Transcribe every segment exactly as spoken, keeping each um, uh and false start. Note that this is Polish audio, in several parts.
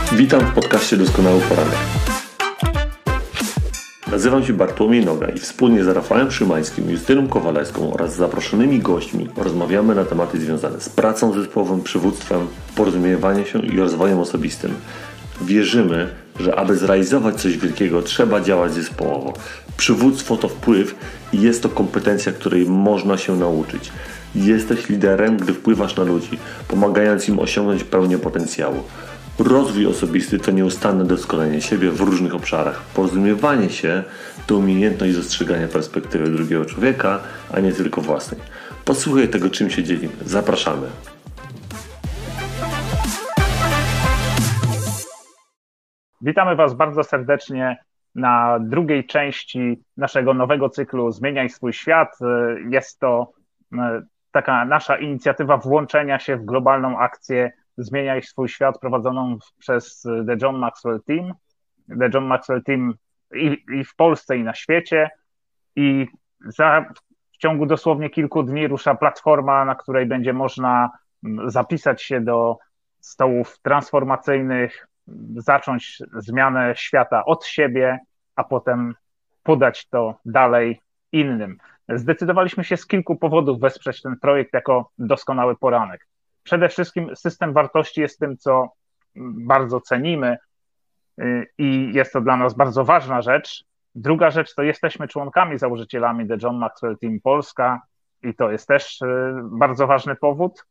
Witam w podcaście Doskonały Poranek. Nazywam się Bartłomiej Noga i wspólnie z Rafałem Szymańskim, Justyną Kowalewską oraz zaproszonymi gośćmi rozmawiamy na tematy związane z pracą zespołową, przywództwem, porozumiewaniem się i rozwojem osobistym. Wierzymy, że aby zrealizować coś wielkiego, trzeba działać zespołowo. Przywództwo to wpływ i jest to kompetencja, której można się nauczyć. Jesteś liderem, gdy wpływasz na ludzi, pomagając im osiągnąć pełnię potencjału. Rozwój osobisty to nieustanne doskonalenie siebie w różnych obszarach. Porozumiewanie się to umiejętność dostrzegania perspektywy drugiego człowieka, a nie tylko własnej. Posłuchaj tego, czym się dzielimy. Zapraszamy. Witamy Was bardzo serdecznie na drugiej części naszego nowego cyklu Zmieniaj swój świat. Jest to taka nasza inicjatywa włączenia się w globalną akcję Zmieniaj swój świat prowadzoną przez The John Maxwell Team. The John Maxwell Team i, i w Polsce, i na świecie. I za, w ciągu dosłownie kilku dni rusza platforma, na której będzie można zapisać się do stołów transformacyjnych, zacząć zmianę świata od siebie, a potem podać to dalej innym. Zdecydowaliśmy się z kilku powodów wesprzeć ten projekt jako doskonały poranek. Przede wszystkim system wartości jest tym, co bardzo cenimy i jest to dla nas bardzo ważna rzecz. Druga rzecz to jesteśmy członkami, założycielami The John Maxwell Team Polska i to jest też bardzo ważny powód.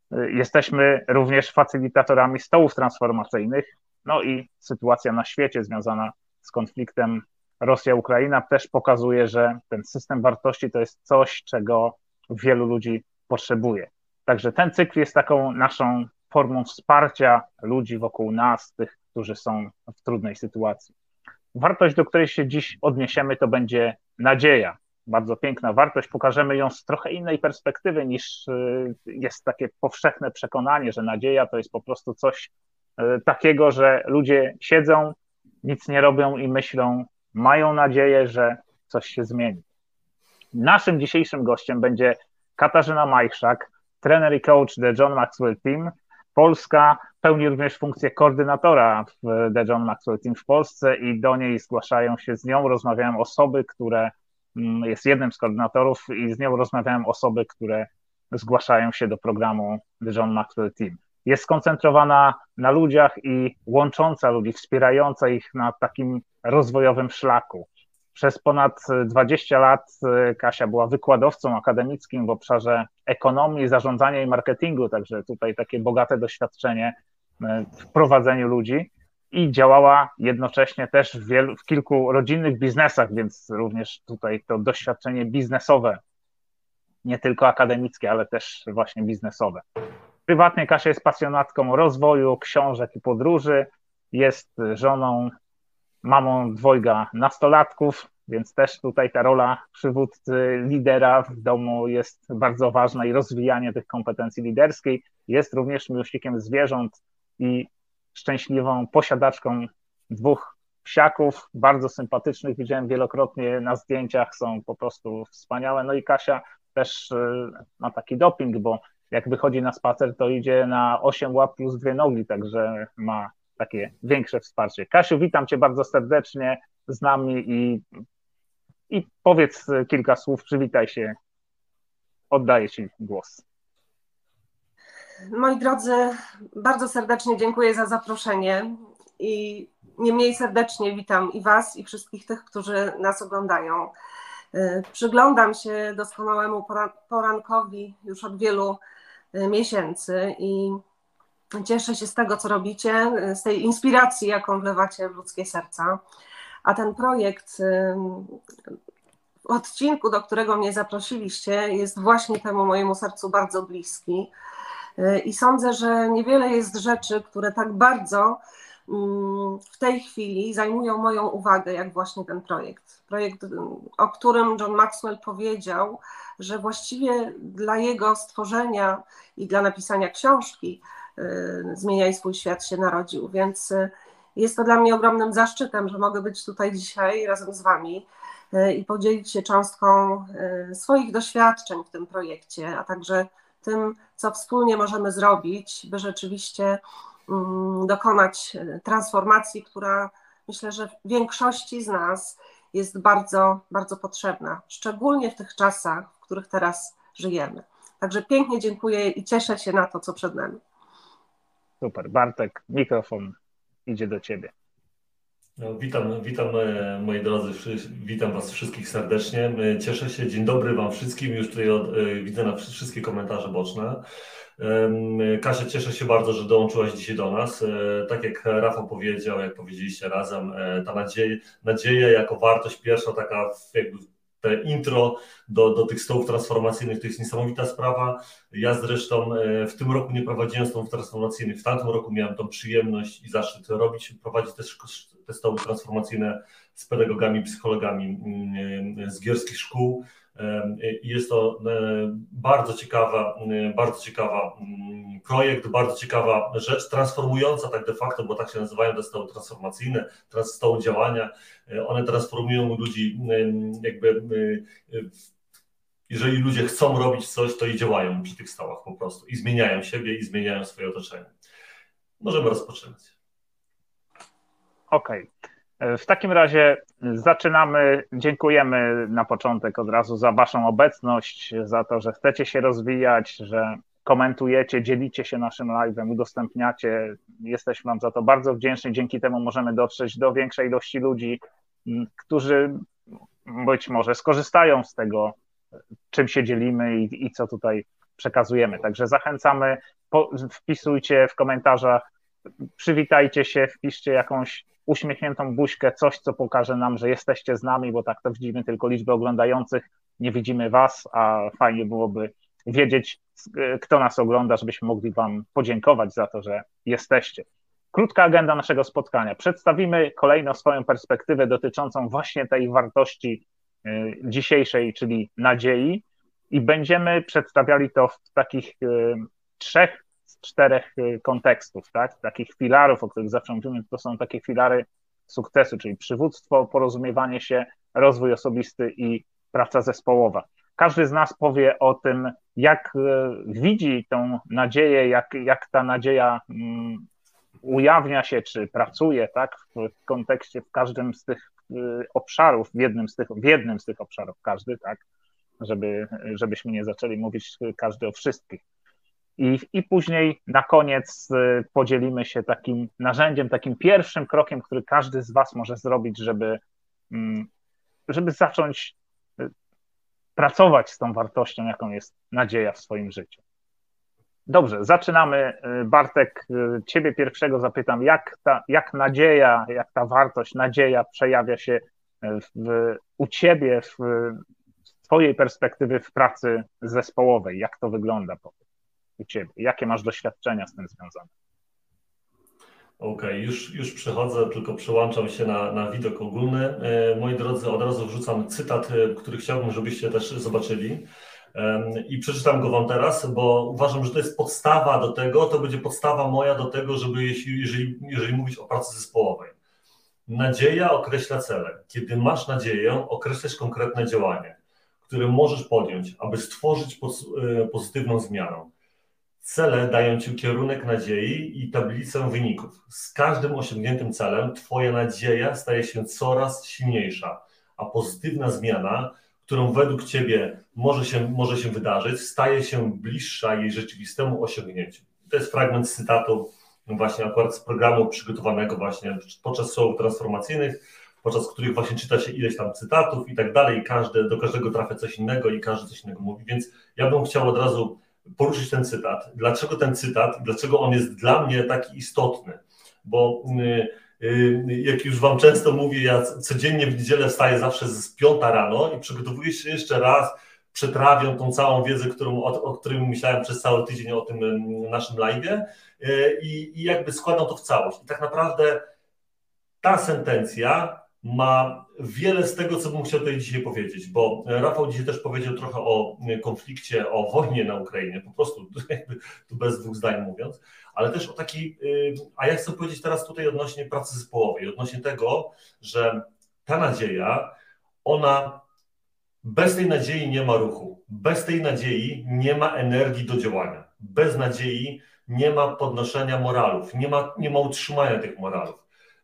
Jesteśmy również facylitatorami stołów transformacyjnych, no i sytuacja na świecie związana z konfliktem Rosja-Ukraina też pokazuje, że ten system wartości to jest coś, czego wielu ludzi potrzebuje. Także ten cykl jest taką naszą formą wsparcia ludzi wokół nas, tych, którzy są w trudnej sytuacji. Wartość, do której się dziś odniesiemy, to będzie nadzieja. Bardzo piękna wartość, pokażemy ją z trochę innej perspektywy niż jest takie powszechne przekonanie, że nadzieja to jest po prostu coś takiego, że ludzie siedzą, nic nie robią i myślą, mają nadzieję, że coś się zmieni. Naszym dzisiejszym gościem będzie Katarzyna Majchrzak, trener i coach The John Maxwell Team Polska, pełni również funkcję koordynatora w The John Maxwell Team w Polsce i do niej zgłaszają się z nią, rozmawiają osoby, które, jest jednym z koordynatorów i z nią rozmawiają osoby, które zgłaszają się do programu The John Maxwell Team. Jest skoncentrowana na ludziach i łącząca ludzi, wspierająca ich na takim rozwojowym szlaku. Przez ponad dwadzieścia lat Kasia była wykładowcą akademickim w obszarze ekonomii, zarządzania i marketingu, także tutaj takie bogate doświadczenie w prowadzeniu ludzi i działała jednocześnie też w, wielu, w kilku rodzinnych biznesach, więc również tutaj to doświadczenie biznesowe, nie tylko akademickie, ale też właśnie biznesowe. Prywatnie Kasia jest pasjonatką rozwoju, książek i podróży, jest żoną, mamą dwojga nastolatków, więc też tutaj ta rola przywódcy, lidera w domu jest bardzo ważna i rozwijanie tych kompetencji liderskiej. Jest również miłośnikiem zwierząt i szczęśliwą posiadaczką dwóch psiaków, bardzo sympatycznych, widziałem wielokrotnie na zdjęciach, są po prostu wspaniałe. No i Kasia też ma taki doping, bo jak wychodzi na spacer, to idzie na osiem łap plus dwie nogi, także ma takie większe wsparcie. Kasiu, witam Cię bardzo serdecznie z nami i, i powiedz kilka słów, przywitaj się, oddaję Ci głos. Moi drodzy, bardzo serdecznie dziękuję za zaproszenie i nie mniej serdecznie witam i Was, i wszystkich tych, którzy nas oglądają. Przyglądam się doskonałemu porankowi już od wielu miesięcy i cieszę się z tego, co robicie, z tej inspiracji, jaką wlewacie w ludzkie serca. A ten projekt w odcinku, do którego mnie zaprosiliście, jest właśnie temu mojemu sercu bardzo bliski. I sądzę, że niewiele jest rzeczy, które tak bardzo w tej chwili zajmują moją uwagę, jak właśnie ten projekt. Projekt, o którym John Maxwell powiedział, że właściwie dla jego stworzenia i dla napisania książki Zmieniaj swój świat się narodził, więc jest to dla mnie ogromnym zaszczytem, że mogę być tutaj dzisiaj razem z Wami i podzielić się cząstką swoich doświadczeń w tym projekcie, a także tym, co wspólnie możemy zrobić, by rzeczywiście dokonać transformacji, która myślę, że większości z nas jest bardzo, bardzo potrzebna, szczególnie w tych czasach, w których teraz żyjemy. Także pięknie dziękuję i cieszę się na to, co przed nami. Super. Bartek, mikrofon idzie do Ciebie. No, witam, witam moi drodzy, witam Was wszystkich serdecznie. Cieszę się, dzień dobry Wam wszystkim, już tutaj od, widzę na wszystkie komentarze boczne. Kasia, cieszę się bardzo, że dołączyłaś dzisiaj do nas. Tak jak Rafał powiedział, jak powiedzieliście razem, ta nadzieja, nadzieja jako wartość pierwsza, taka jakby te intro do, do tych stołów transformacyjnych to jest niesamowita sprawa. Ja zresztą w tym roku nie prowadziłem stołów transformacyjnych, w tamtym roku miałem tą przyjemność i zaszczyt robić, prowadzić też te stoły transformacyjne z pedagogami, psychologami z gierskich szkół. Jest to bardzo ciekawa, bardzo ciekawa projekt, bardzo ciekawa rzecz, transformująca tak de facto, bo tak się nazywają te stoły transformacyjne, stoły działania. One transformują ludzi jakby, jeżeli ludzie chcą robić coś, to i działają przy tych stołach po prostu i zmieniają siebie i zmieniają swoje otoczenie. Możemy rozpoczynać. Okej. Okay. W takim razie zaczynamy. Dziękujemy na początek od razu za Waszą obecność, za to, że chcecie się rozwijać, że komentujecie, dzielicie się naszym live'em, udostępniacie. Jesteśmy Wam za to bardzo wdzięczni. Dzięki temu możemy dotrzeć do większej ilości ludzi, którzy być może skorzystają z tego, czym się dzielimy i, i co tutaj przekazujemy. Także zachęcamy, po, wpisujcie w komentarzach, przywitajcie się, wpiszcie jakąś uśmiechniętą buźkę, coś, co pokaże nam, że jesteście z nami, bo tak to widzimy tylko liczbę oglądających, nie widzimy Was, a fajnie byłoby wiedzieć, kto nas ogląda, żebyśmy mogli Wam podziękować za to, że jesteście. Krótka agenda naszego spotkania. Przedstawimy kolejno swoją perspektywę dotyczącą właśnie tej wartości dzisiejszej, czyli nadziei, i będziemy przedstawiali to w takich trzech z czterech kontekstów, tak? Takich filarów, o których zawsze mówimy, to są takie filary sukcesu, czyli przywództwo, porozumiewanie się, rozwój osobisty i praca zespołowa. Każdy z nas powie o tym, jak widzi tą nadzieję, jak, jak ta nadzieja um, ujawnia się, czy pracuje, tak? W kontekście, w każdym z tych obszarów, w jednym z tych, w jednym z tych obszarów, każdy, tak? Żeby, żebyśmy nie zaczęli mówić każdy o wszystkich. I, I później na koniec podzielimy się takim narzędziem, takim pierwszym krokiem, który każdy z Was może zrobić, żeby, żeby zacząć pracować z tą wartością, jaką jest nadzieja w swoim życiu. Dobrze, zaczynamy. Bartek, Ciebie pierwszego zapytam, jak ta, jak nadzieja, jak ta wartość, nadzieja przejawia się w, u Ciebie, w Twojej perspektywy w pracy zespołowej? Jak to wygląda u Ciebie? Jakie masz doświadczenia z tym związane? Okej, okay, już, już przechodzę, tylko przełączam się na, na widok ogólny. Moi drodzy, od razu wrzucam cytat, który chciałbym, żebyście też zobaczyli. I przeczytam go Wam teraz, bo uważam, że to jest podstawa do tego, to będzie podstawa moja do tego, żeby jeśli, jeżeli, jeżeli mówić o pracy zespołowej. Nadzieja określa cele. Kiedy masz nadzieję, określasz konkretne działanie, które możesz podjąć, aby stworzyć pozytywną zmianę. Cele dają Ci kierunek nadziei i tablicę wyników. Z każdym osiągniętym celem Twoja nadzieja staje się coraz silniejsza, a pozytywna zmiana, którą według Ciebie może się, może się wydarzyć, staje się bliższa jej rzeczywistemu osiągnięciu. To jest fragment z cytatu właśnie akurat z programu przygotowanego właśnie podczas szkoł transformacyjnych, podczas których właśnie czyta się ileś tam cytatów i tak dalej, i każdy, do każdego trafia coś innego i każdy coś innego mówi, więc ja bym chciał od razu poruszyć ten cytat. Dlaczego ten cytat? Dlaczego on jest dla mnie taki istotny? Bo jak już Wam często mówię, ja codziennie w niedzielę wstaję zawsze z piąta rano i przygotowuję się jeszcze raz, przetrawiam tą całą wiedzę, którą, o, o którym myślałem przez cały tydzień o tym naszym live'ie i, i jakby składam to w całość. I tak naprawdę ta sentencja ma wiele z tego, co bym chciał tutaj dzisiaj powiedzieć, bo Rafał dzisiaj też powiedział trochę o konflikcie, o wojnie na Ukrainie, po prostu jakby tu bez dwóch zdań mówiąc, ale też o takiej, a ja chcę powiedzieć teraz tutaj odnośnie pracy zespołowej, odnośnie tego, że ta nadzieja, ona, bez tej nadziei nie ma ruchu, bez tej nadziei nie ma energii do działania, bez nadziei nie ma podnoszenia moralów, nie ma, nie ma utrzymania tych moralów.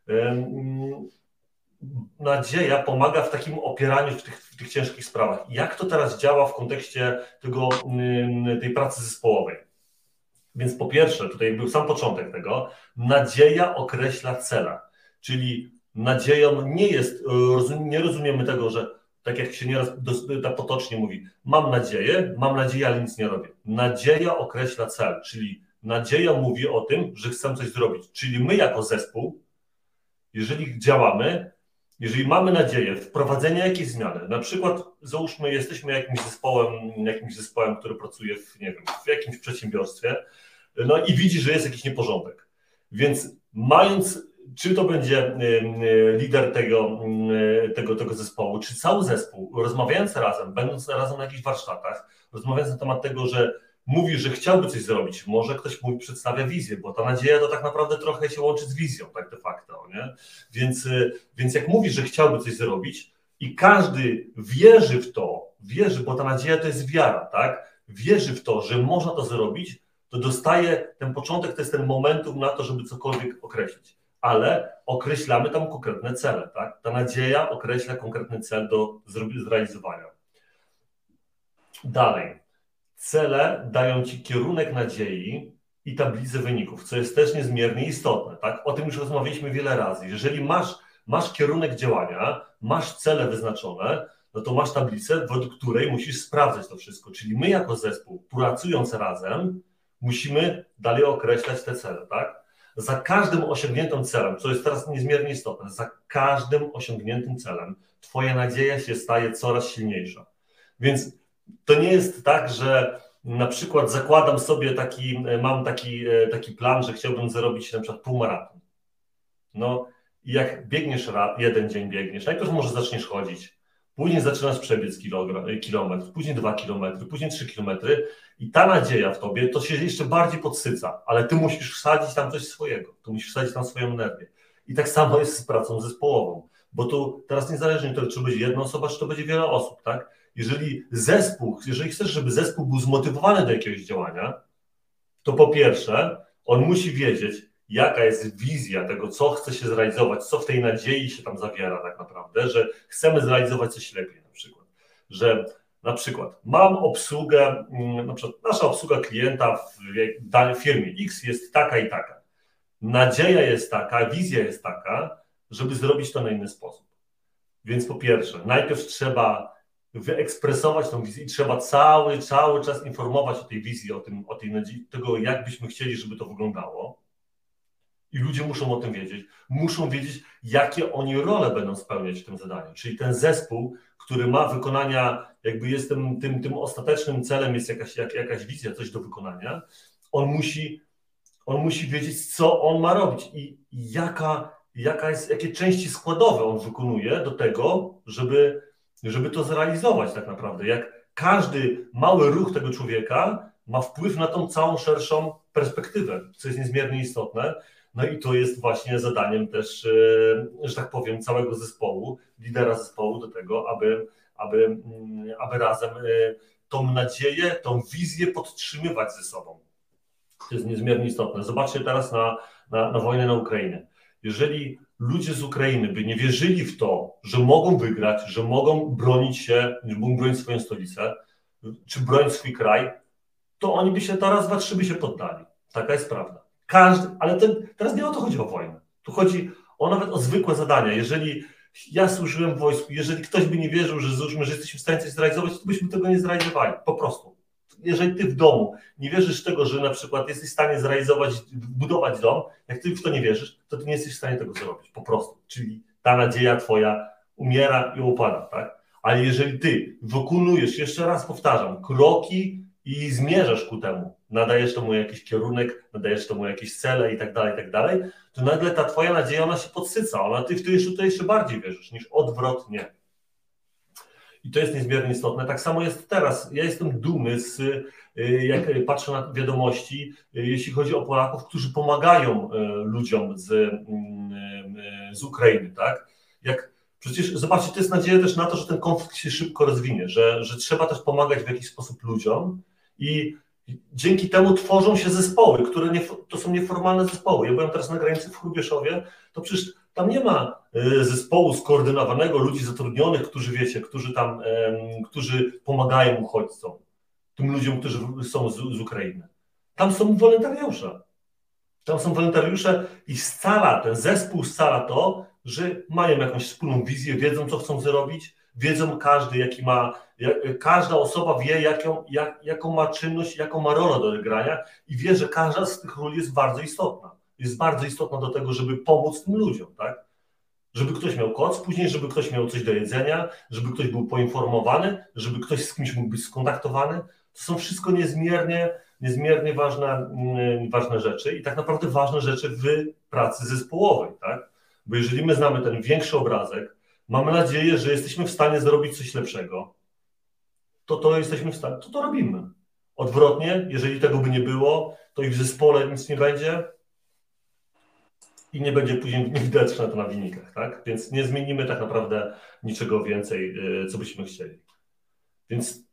Nadzieja pomaga w takim opieraniu w tych, w tych ciężkich sprawach. Jak to teraz działa w kontekście tego, tej pracy zespołowej? Więc po pierwsze, tutaj był sam początek tego, nadzieja określa cele, czyli nadzieją nie jest, nie rozumiemy tego, że tak jak się nieraz tak potocznie mówi, mam nadzieję, mam nadzieję, ale nic nie robię. Nadzieja określa cel, czyli nadzieja mówi o tym, że chcę coś zrobić, czyli my jako zespół, jeżeli działamy, jeżeli mamy nadzieję wprowadzenia jakiejś zmiany, na przykład załóżmy jesteśmy jakimś zespołem, jakimś zespołem, który pracuje w, nie wiem, w jakimś przedsiębiorstwie, no i widzi, że jest jakiś nieporządek. Więc mając, czy to będzie lider tego, tego, tego zespołu, czy cały zespół, rozmawiając razem, będąc razem na jakichś warsztatach, rozmawiając na temat tego, że mówi, że chciałby coś zrobić, może ktoś mu przedstawia wizję, bo ta nadzieja to tak naprawdę trochę się łączy z wizją, tak de facto, nie? Więc, więc jak mówi, że chciałby coś zrobić i każdy wierzy w to, wierzy, bo ta nadzieja to jest wiara, tak? Wierzy w to, że można to zrobić, to dostaje ten początek, to jest ten momentum na to, żeby cokolwiek określić. Ale określamy tam konkretne cele, tak? Ta nadzieja określa konkretny cel do zrealizowania. Dalej. Cele dają ci kierunek nadziei i tablicę wyników, co jest też niezmiernie istotne, tak? O tym już rozmawialiśmy wiele razy. Jeżeli masz, masz kierunek działania, masz cele wyznaczone, no to masz tablicę, według której musisz sprawdzać to wszystko. Czyli my jako zespół, pracując razem, musimy dalej określać te cele, tak? Za każdym osiągniętym celem, co jest teraz niezmiernie istotne, za każdym osiągniętym celem twoja nadzieja się staje coraz silniejsza. Więc to nie jest tak, że na przykład zakładam sobie taki, mam taki, taki plan, że chciałbym zrobić na przykład półmaraton. No i jak biegniesz jeden dzień biegniesz, najpierw może zaczniesz chodzić, później zaczynasz przebiec kilometr, później dwa kilometry, później trzy kilometry i ta nadzieja w tobie to się jeszcze bardziej podsyca, ale ty musisz wsadzić tam coś swojego, tu musisz wsadzić tam swoją energię. I tak samo jest z pracą zespołową, bo tu teraz niezależnie to, czy będzie jedna osoba, czy to będzie wiele osób, tak? Jeżeli zespół, jeżeli chcesz, żeby zespół był zmotywowany do jakiegoś działania, to po pierwsze, on musi wiedzieć, jaka jest wizja tego, co chce się zrealizować, co w tej nadziei się tam zawiera tak naprawdę, że chcemy zrealizować coś lepiej na przykład. Że na przykład mam obsługę, na przykład nasza obsługa klienta w danej firmie X jest taka i taka. Nadzieja jest taka, wizja jest taka, żeby zrobić to na inny sposób. Więc po pierwsze, najpierw trzeba wyekspresować tą wizję i trzeba cały, cały czas informować o tej wizji, o, tym, o tej nadziei, tego, jak byśmy chcieli, żeby to wyglądało. I ludzie muszą o tym wiedzieć. Muszą wiedzieć, jakie oni role będą spełniać w tym zadaniu. Czyli ten zespół, który ma wykonania, jakby jest tym, tym, tym ostatecznym celem, jest jakaś, jak, jakaś wizja, coś do wykonania, on musi, on musi wiedzieć, co on ma robić i jaka, jaka jest, jakie części składowe on wykonuje do tego, żeby żeby to zrealizować tak naprawdę. Jak każdy mały ruch tego człowieka ma wpływ na tą całą szerszą perspektywę, co jest niezmiernie istotne. No i to jest właśnie zadaniem też, że tak powiem, całego zespołu, lidera zespołu do tego, aby, aby, aby razem tą nadzieję, tą wizję podtrzymywać ze sobą. To jest niezmiernie istotne. Zobaczcie teraz na, na, na wojnę na Ukrainie. Jeżeli ludzie z Ukrainy by nie wierzyli w to, że mogą wygrać, że mogą bronić się, że mogą bronić swoją stolicę, czy bronić swój kraj, to oni by się teraz, dwa, trzy by się poddali. Taka jest prawda. Każdy, ale ten, teraz nie o to chodzi o wojnę. Tu chodzi o nawet o zwykłe zadania. Jeżeli ja służyłem w wojsku, jeżeli ktoś by nie wierzył, że, że jesteśmy w stanie coś zrealizować, to byśmy tego nie zrealizowali. Po prostu. Jeżeli ty w domu nie wierzysz w tego, że na przykład jesteś w stanie zrealizować, budować dom, jak ty w to nie wierzysz, to ty nie jesteś w stanie tego zrobić, po prostu. Czyli ta nadzieja twoja umiera i upada, tak? Ale jeżeli ty wykonujesz, jeszcze raz powtarzam, kroki i zmierzasz ku temu, nadajesz temu jakiś kierunek, nadajesz temu jakieś cele i tak dalej, i tak dalej, to nagle ta twoja nadzieja, ona się podsyca, ona ty w to jeszcze, to jeszcze bardziej wierzysz niż odwrotnie. I to jest niezmiernie istotne. Tak samo jest teraz. Ja jestem dumny, z, jak patrzę na wiadomości, jeśli chodzi o Polaków, którzy pomagają ludziom z, z Ukrainy. Tak? Jak, przecież zobaczcie, to jest nadzieja też na to, że ten konflikt się szybko rozwinie, że, że trzeba też pomagać w jakiś sposób ludziom. I Dzięki temu tworzą się zespoły, które nie, to są nieformalne zespoły. Ja byłem teraz na granicy w Hrubieszowie, to przecież tam nie ma zespołu skoordynowanego, ludzi zatrudnionych, którzy wiecie, którzy tam, którzy pomagają uchodźcom, tym ludziom, którzy są z, z Ukrainy. Tam są wolontariusze. Tam są wolontariusze i scala, ten zespół scala to, że mają jakąś wspólną wizję, wiedzą, co chcą zrobić, wiedzą każdy, jaki ma, jak, każda osoba wie, jaką, jak, jaką ma czynność, jaką ma rolę do odegrania i wie, że każda z tych ról jest bardzo istotna. Jest bardzo istotna do tego, żeby pomóc tym ludziom, tak? Żeby ktoś miał koc, później żeby ktoś miał coś do jedzenia, żeby ktoś był poinformowany, żeby ktoś z kimś mógł być skontaktowany. To są wszystko niezmiernie, niezmiernie ważne, ważne rzeczy i tak naprawdę ważne rzeczy w pracy zespołowej, tak? Bo jeżeli my znamy ten większy obrazek, mamy nadzieję, że jesteśmy w stanie zrobić coś lepszego, to to jesteśmy w stanie, to to robimy. Odwrotnie, jeżeli tego by nie było, to i w zespole nic nie będzie i nie będzie później widać na to na wynikach, tak? Więc nie zmienimy tak naprawdę niczego więcej, co byśmy chcieli. Więc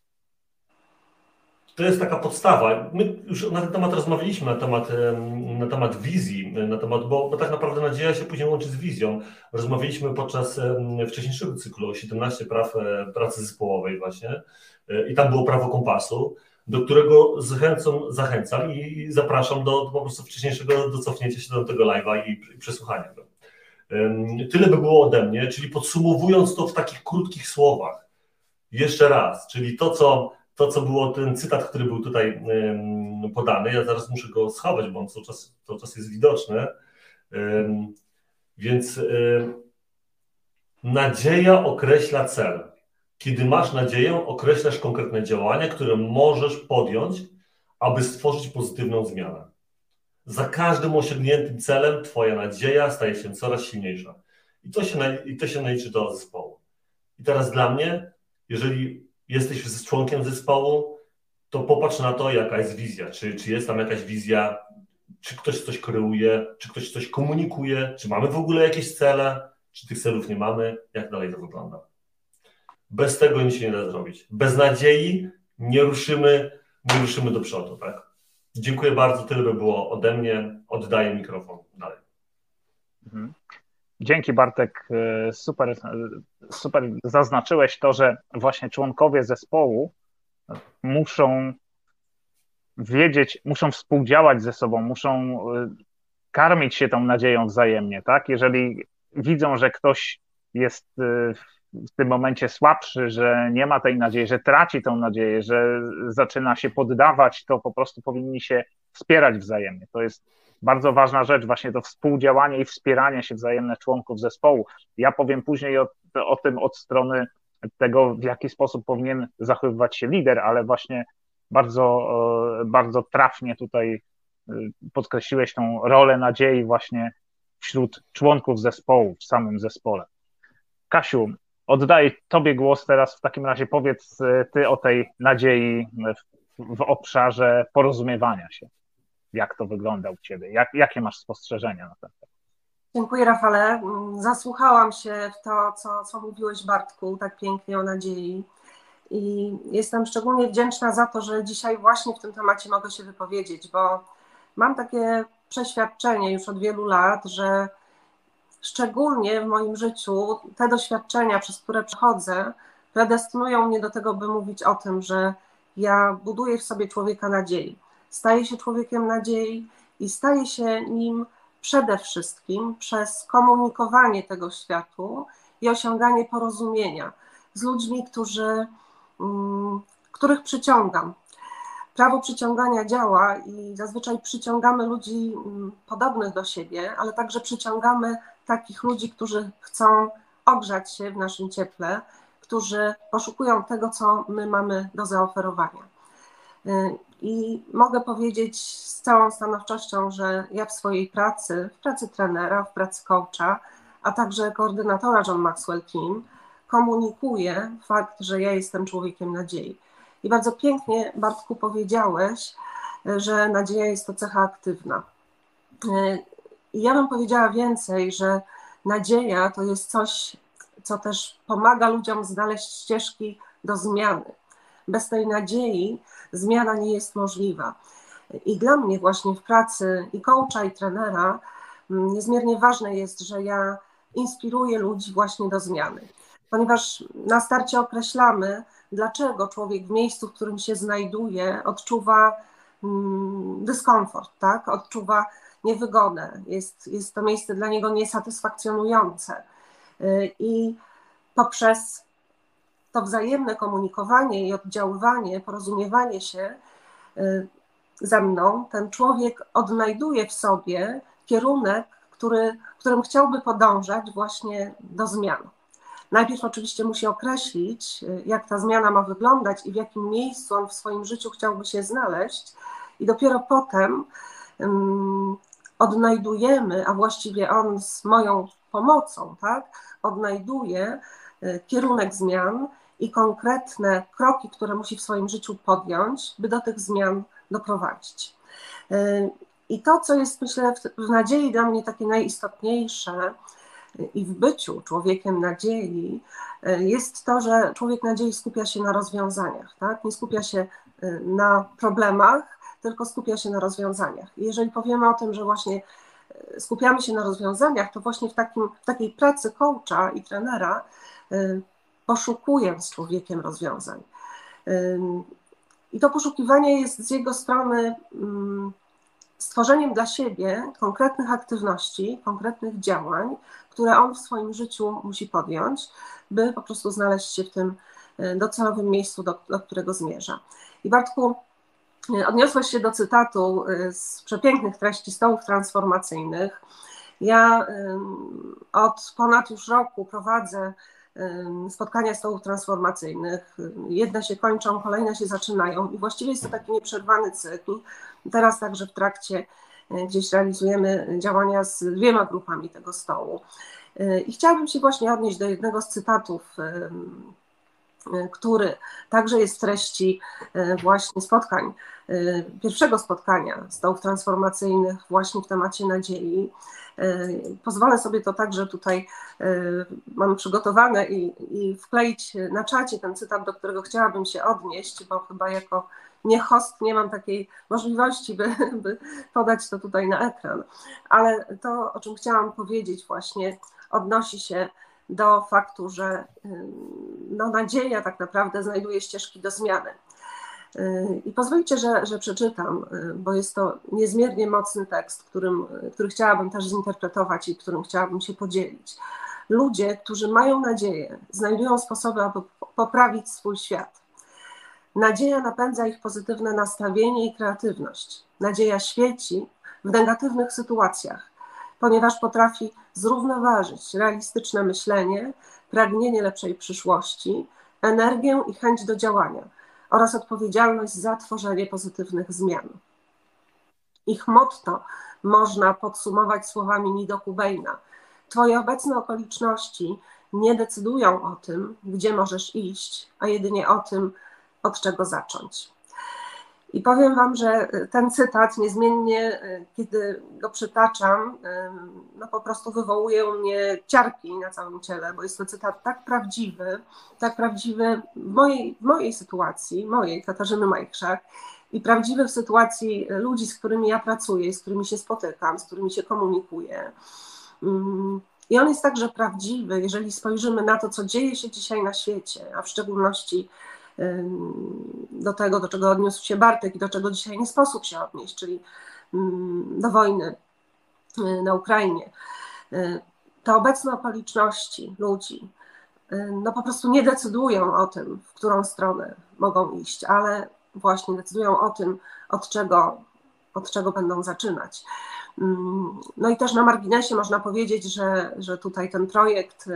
to jest taka podstawa. My już na ten temat rozmawialiśmy, na temat, na temat wizji, na temat, bo, bo tak naprawdę nadzieja się później łączy z wizją. Rozmawialiśmy podczas wcześniejszego cyklu siedemnaście praw pracy zespołowej właśnie i tam było prawo kompasu, do którego zachęcam, zachęcam i zapraszam do, do po prostu wcześniejszego do cofnięcia się do tego live'a i, i przesłuchania go. Tyle by było ode mnie, czyli podsumowując to w takich krótkich słowach, jeszcze raz, czyli to, co To, co było, ten cytat, który był tutaj um, podany, ja zaraz muszę go schować, bo on cały czas, cały czas jest widoczny. Um, więc um, nadzieja określa cel. Kiedy masz nadzieję, określasz konkretne działania, które możesz podjąć, aby stworzyć pozytywną zmianę. Za każdym osiągniętym celem twoja nadzieja staje się coraz silniejsza. I to się, i to się naliczy do zespołu. I teraz dla mnie, jeżeli jesteś członkiem zespołu, to popatrz na to, jaka jest wizja. Czy, czy jest tam jakaś wizja, czy ktoś coś kreuje, czy ktoś coś komunikuje, czy mamy w ogóle jakieś cele, czy tych celów nie mamy, jak dalej to wygląda. Bez tego nic się nie da zrobić. Bez nadziei nie ruszymy, nie ruszymy do przodu, tak? Dziękuję bardzo, tyle by było ode mnie. Oddaję mikrofon dalej. Mhm. Dzięki, Bartek, super, super zaznaczyłeś to, że właśnie członkowie zespołu muszą wiedzieć, muszą współdziałać ze sobą, muszą karmić się tą nadzieją wzajemnie, tak? Jeżeli widzą, że ktoś jest w tym momencie słabszy, że nie ma tej nadziei, że traci tą nadzieję, że zaczyna się poddawać, to po prostu powinni się wspierać wzajemnie. To jest bardzo ważna rzecz, właśnie to współdziałanie i wspieranie się wzajemne członków zespołu. Ja powiem później o, o tym od strony tego, w jaki sposób powinien zachowywać się lider, ale właśnie bardzo, bardzo trafnie tutaj podkreśliłeś tą rolę nadziei właśnie wśród członków zespołu, w samym zespole. Kasiu, oddaję Tobie głos teraz, w takim razie powiedz Ty o tej nadziei w, w obszarze porozumiewania się. Jak to wygląda u Ciebie? Jak, jakie masz spostrzeżenia na ten temat? Dziękuję, Rafale. Zasłuchałam się w to, co, co mówiłeś, Bartku, tak pięknie o nadziei. I jestem szczególnie wdzięczna za to, że dzisiaj właśnie w tym temacie mogę się wypowiedzieć, bo mam takie przeświadczenie już od wielu lat, że szczególnie w moim życiu te doświadczenia, przez które przechodzę, predestynują mnie do tego, by mówić o tym, że ja buduję w sobie człowieka nadziei. Staję się człowiekiem nadziei i staję się nim przede wszystkim przez komunikowanie tego światu i osiąganie porozumienia z ludźmi, którzy, um, których przyciągam. Prawo przyciągania działa i zazwyczaj przyciągamy ludzi um, podobnych do siebie, ale także przyciągamy takich ludzi, którzy chcą ogrzać się w naszym cieple, którzy poszukują tego, co my mamy do zaoferowania. I mogę powiedzieć z całą stanowczością, że ja w swojej pracy, w pracy trenera, w pracy coacha, a także koordynatora John Maxwell Team, komunikuję fakt, że ja jestem człowiekiem nadziei. I bardzo pięknie, Bartku, powiedziałeś, że nadzieja jest to cecha aktywna. I ja bym powiedziała więcej, że nadzieja to jest coś, co też pomaga ludziom znaleźć ścieżki do zmiany. Bez tej nadziei zmiana nie jest możliwa. I dla mnie właśnie w pracy i coacha, i trenera niezmiernie ważne jest, że ja inspiruję ludzi właśnie do zmiany. Ponieważ na starcie określamy, dlaczego człowiek w miejscu, w którym się znajduje, odczuwa dyskomfort, tak? Odczuwa niewygodę, jest, jest to miejsce dla niego niesatysfakcjonujące. I poprzez to wzajemne komunikowanie i oddziaływanie, porozumiewanie się ze mną, ten człowiek odnajduje w sobie kierunek, który, którym chciałby podążać właśnie do zmian. Najpierw oczywiście musi określić, jak ta zmiana ma wyglądać i w jakim miejscu on w swoim życiu chciałby się znaleźć, i dopiero potem um, odnajdujemy, a właściwie on z moją pomocą, tak, odnajduje kierunek zmian i konkretne kroki, które musi w swoim życiu podjąć, by do tych zmian doprowadzić. I to, co jest, myślę, w nadziei dla mnie takie najistotniejsze i w byciu człowiekiem nadziei, jest to, że człowiek nadziei skupia się na rozwiązaniach, tak? Nie skupia się na problemach, tylko skupia się na rozwiązaniach. I jeżeli powiemy o tym, że właśnie skupiamy się na rozwiązaniach, to właśnie w, takim, w takiej pracy coacha i trenera poszukuję z człowiekiem rozwiązań. I to poszukiwanie jest z jego strony stworzeniem dla siebie konkretnych aktywności, konkretnych działań, które on w swoim życiu musi podjąć, by po prostu znaleźć się w tym docelowym miejscu, do, do którego zmierza. I Bartku, odniosłeś się do cytatu z przepięknych treści stołów transformacyjnych. Ja od ponad już roku prowadzę spotkania stołów transformacyjnych. Jedne się kończą, kolejne się zaczynają i właściwie jest to taki nieprzerwany cykl. Teraz także w trakcie gdzieś realizujemy działania z dwiema grupami tego stołu. I chciałabym się właśnie odnieść do jednego z cytatów, który także jest w treści właśnie spotkań, pierwszego spotkania stołów transformacyjnych właśnie w temacie nadziei. Pozwolę sobie to także tutaj, mam przygotowane i, i wkleić na czacie ten cytat, do którego chciałabym się odnieść, bo chyba jako nie host nie mam takiej możliwości, by, by podać to tutaj na ekran. Ale to, o czym chciałam powiedzieć właśnie, odnosi się do faktu, że no, nadzieja tak naprawdę znajduje ścieżki do zmiany. I pozwólcie, że, że przeczytam, bo jest to niezmiernie mocny tekst, którym, który chciałabym też zinterpretować i którym chciałabym się podzielić. Ludzie, którzy mają nadzieję, znajdują sposoby, aby poprawić swój świat. Nadzieja napędza ich pozytywne nastawienie i kreatywność. Nadzieja świeci w negatywnych sytuacjach, ponieważ potrafi zrównoważyć realistyczne myślenie, pragnienie lepszej przyszłości, energię i chęć do działania oraz odpowiedzialność za tworzenie pozytywnych zmian. Ich motto można podsumować słowami Nido Qubeina. Twoje obecne okoliczności nie decydują o tym, gdzie możesz iść, a jedynie o tym, od czego zacząć. I powiem wam, że ten cytat niezmiennie, kiedy go przytaczam, no po prostu wywołuje u mnie ciarki na całym ciele, bo jest to cytat tak prawdziwy, tak prawdziwy w mojej, w mojej sytuacji, mojej, Katarzyny Majchrzak, i prawdziwy w sytuacji ludzi, z którymi ja pracuję, z którymi się spotykam, z którymi się komunikuję. I on jest także prawdziwy, jeżeli spojrzymy na to, co dzieje się dzisiaj na świecie, a w szczególności do tego, do czego odniósł się Bartek i do czego dzisiaj nie sposób się odnieść, czyli do wojny na Ukrainie. Te obecne okoliczności ludzi no po prostu nie decydują o tym, w którą stronę mogą iść, ale właśnie decydują o tym, od czego, od czego będą zaczynać. No i też na marginesie można powiedzieć, że, że tutaj ten projekt,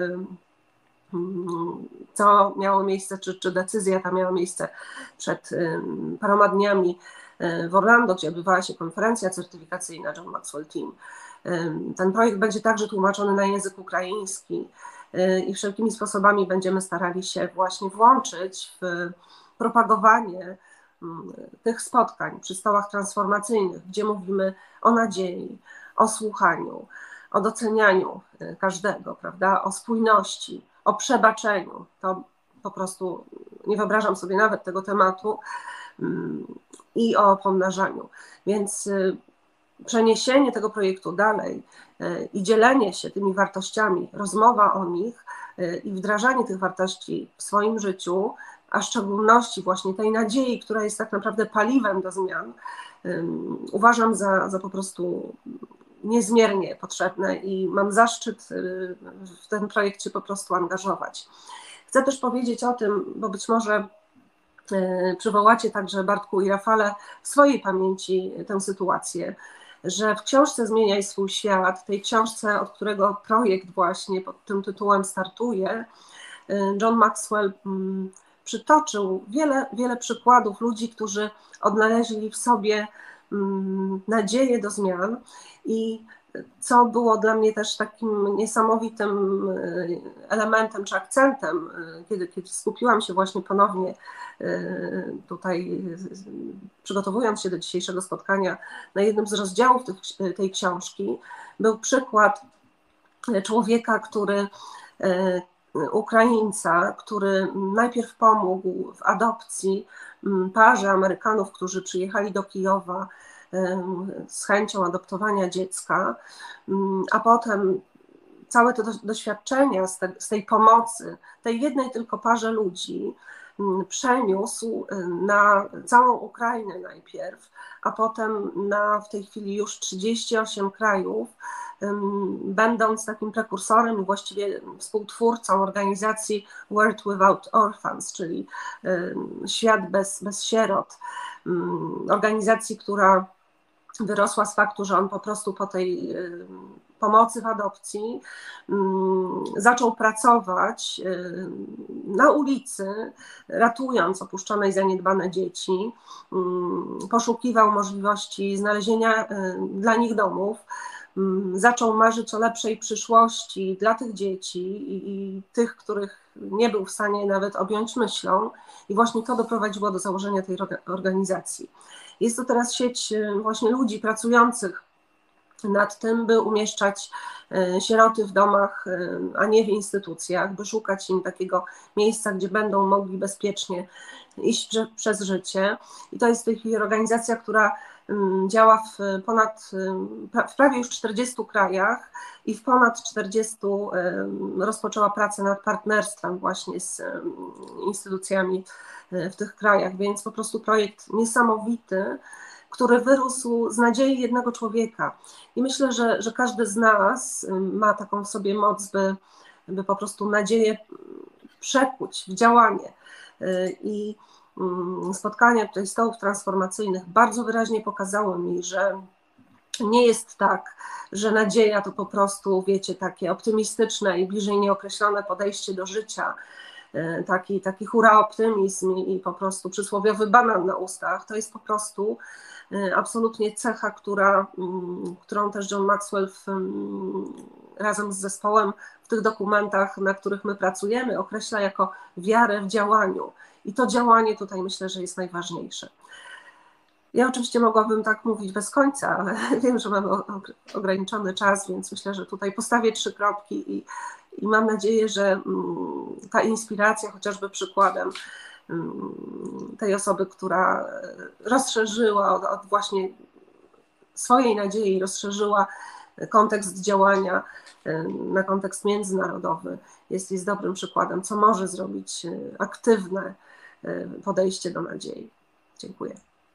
co miało miejsce, czy, czy decyzja ta miała miejsce przed paroma dniami w Orlando, gdzie odbywała się konferencja certyfikacyjna John Maxwell Team. Ten projekt będzie także tłumaczony na język ukraiński i wszelkimi sposobami będziemy starali się właśnie włączyć w propagowanie tych spotkań przy stołach transformacyjnych, gdzie mówimy o nadziei, o słuchaniu, o docenianiu każdego, prawda, o spójności, o przebaczeniu. To po prostu nie wyobrażam sobie nawet tego tematu, i o pomnażaniu. Więc przeniesienie tego projektu dalej i dzielenie się tymi wartościami, rozmowa o nich i wdrażanie tych wartości w swoim życiu, a w szczególności właśnie tej nadziei, która jest tak naprawdę paliwem do zmian, uważam za, za po prostu niezmiernie potrzebne i mam zaszczyt w ten projekt się po prostu angażować. Chcę też powiedzieć o tym, bo być może przywołacie także, Bartku i Rafale, w swojej pamięci tę sytuację, że w książce Zmieniaj swój świat, tej książce, od którego projekt właśnie pod tym tytułem startuje, John Maxwell przytoczył wiele, wiele przykładów ludzi, którzy odnaleźli w sobie nadzieję do zmian i co było dla mnie też takim niesamowitym elementem czy akcentem, kiedy, kiedy skupiłam się właśnie ponownie tutaj, przygotowując się do dzisiejszego spotkania, na jednym z rozdziałów tych, tej książki, był przykład człowieka, który, Ukraińca, który najpierw pomógł w adopcji parze Amerykanów, którzy przyjechali do Kijowa z chęcią adoptowania dziecka, a potem całe te doświadczenia z, te, z tej pomocy, tej jednej tylko parze ludzi przeniósł na całą Ukrainę najpierw, a potem na w tej chwili już trzydzieści osiem krajów, będąc takim prekursorem i właściwie współtwórcą organizacji World Without Orphans, czyli Świat bez, bez sierot, organizacji, która wyrosła z faktu, że on po prostu po tej pomocy w adopcji zaczął pracować na ulicy, ratując opuszczone i zaniedbane dzieci, poszukiwał możliwości znalezienia dla nich domów, zaczął marzyć o lepszej przyszłości dla tych dzieci i, i tych, których nie był w stanie nawet objąć myślą, i właśnie to doprowadziło do założenia tej organizacji. Jest to teraz sieć właśnie ludzi pracujących nad tym, by umieszczać sieroty w domach, a nie w instytucjach, by szukać im takiego miejsca, gdzie będą mogli bezpiecznie iść przez życie. I to jest w tej chwili organizacja, która działa w ponad, w prawie już czterdziestu krajach i w ponad czterdziestu rozpoczęła pracę nad partnerstwem właśnie z instytucjami w tych krajach, więc po prostu projekt niesamowity, który wyrósł z nadziei jednego człowieka. I myślę, że, że każdy z nas ma taką w sobie moc, by, by po prostu nadzieję przekuć w działanie. I spotkania tutaj stołów transformacyjnych bardzo wyraźnie pokazały mi, że nie jest tak, że nadzieja to po prostu, wiecie, takie optymistyczne i bliżej nieokreślone podejście do życia, taki, taki hura optymizm i po prostu przysłowiowy banan na ustach. To jest po prostu absolutnie cecha, która, którą też John Maxwell w, razem z zespołem w tych dokumentach, na których my pracujemy, określa jako wiarę w działaniu. I to działanie tutaj myślę, że jest najważniejsze. Ja oczywiście mogłabym tak mówić bez końca, ale wiem, że mamy ograniczony czas, więc myślę, że tutaj postawię trzy kropki i, i mam nadzieję, że ta inspiracja, chociażby przykładem tej osoby, która rozszerzyła od, od właśnie swojej nadziei, rozszerzyła kontekst działania na kontekst międzynarodowy, jest, jest dobrym przykładem, co może zrobić aktywne podejście do nadziei. Dziękuję.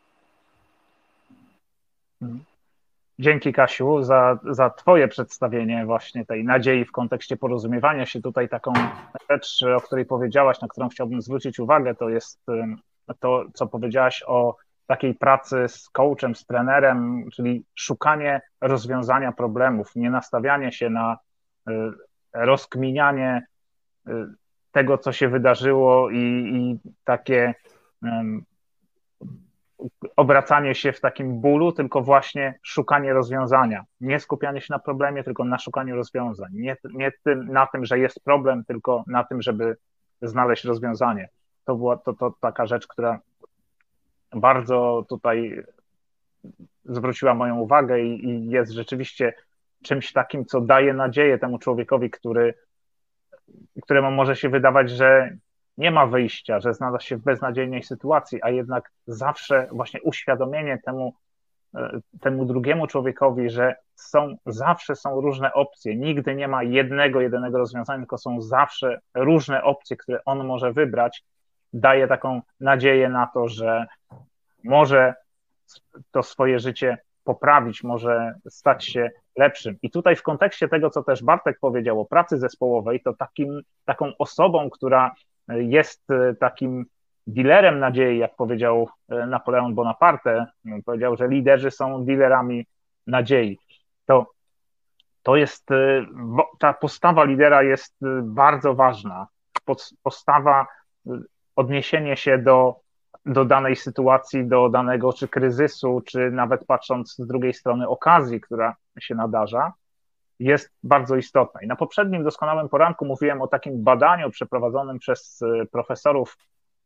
Dzięki, Kasiu, za, za Twoje przedstawienie właśnie tej nadziei w kontekście porozumiewania się. Tutaj taką rzecz, o której powiedziałaś, na którą chciałbym zwrócić uwagę, to jest to, co powiedziałaś o takiej pracy z coachem, z trenerem, czyli szukanie rozwiązania problemów, nie nastawianie się na rozkminianie tego, co się wydarzyło i, i takie um, obracanie się w takim bólu, tylko właśnie szukanie rozwiązania. Nie skupianie się na problemie, tylko na szukaniu rozwiązań. Nie, nie tym, na tym, że jest problem, tylko na tym, żeby znaleźć rozwiązanie. To była to, to taka rzecz, która bardzo tutaj zwróciła moją uwagę i, i jest rzeczywiście czymś takim, co daje nadzieję temu człowiekowi, który, któremu może się wydawać, że nie ma wyjścia, że znalazł się w beznadziejnej sytuacji, a jednak zawsze właśnie uświadomienie temu, temu drugiemu człowiekowi, że są, zawsze są różne opcje, nigdy nie ma jednego, jedynego rozwiązania, tylko są zawsze różne opcje, które on może wybrać, daje taką nadzieję na to, że może to swoje życie poprawić, może stać się lepszym. I tutaj w kontekście tego, co też Bartek powiedział o pracy zespołowej, to takim, taką osobą, która jest takim dealerem nadziei, jak powiedział Napoleon Bonaparte, powiedział, że liderzy są dealerami nadziei. To, to jest, ta postawa lidera jest bardzo ważna. Postawa, odniesienie się do, do danej sytuacji, do danego czy kryzysu, czy nawet patrząc z drugiej strony okazji, która się nadarza, jest bardzo istotna. I na poprzednim doskonałym poranku mówiłem o takim badaniu przeprowadzonym przez profesorów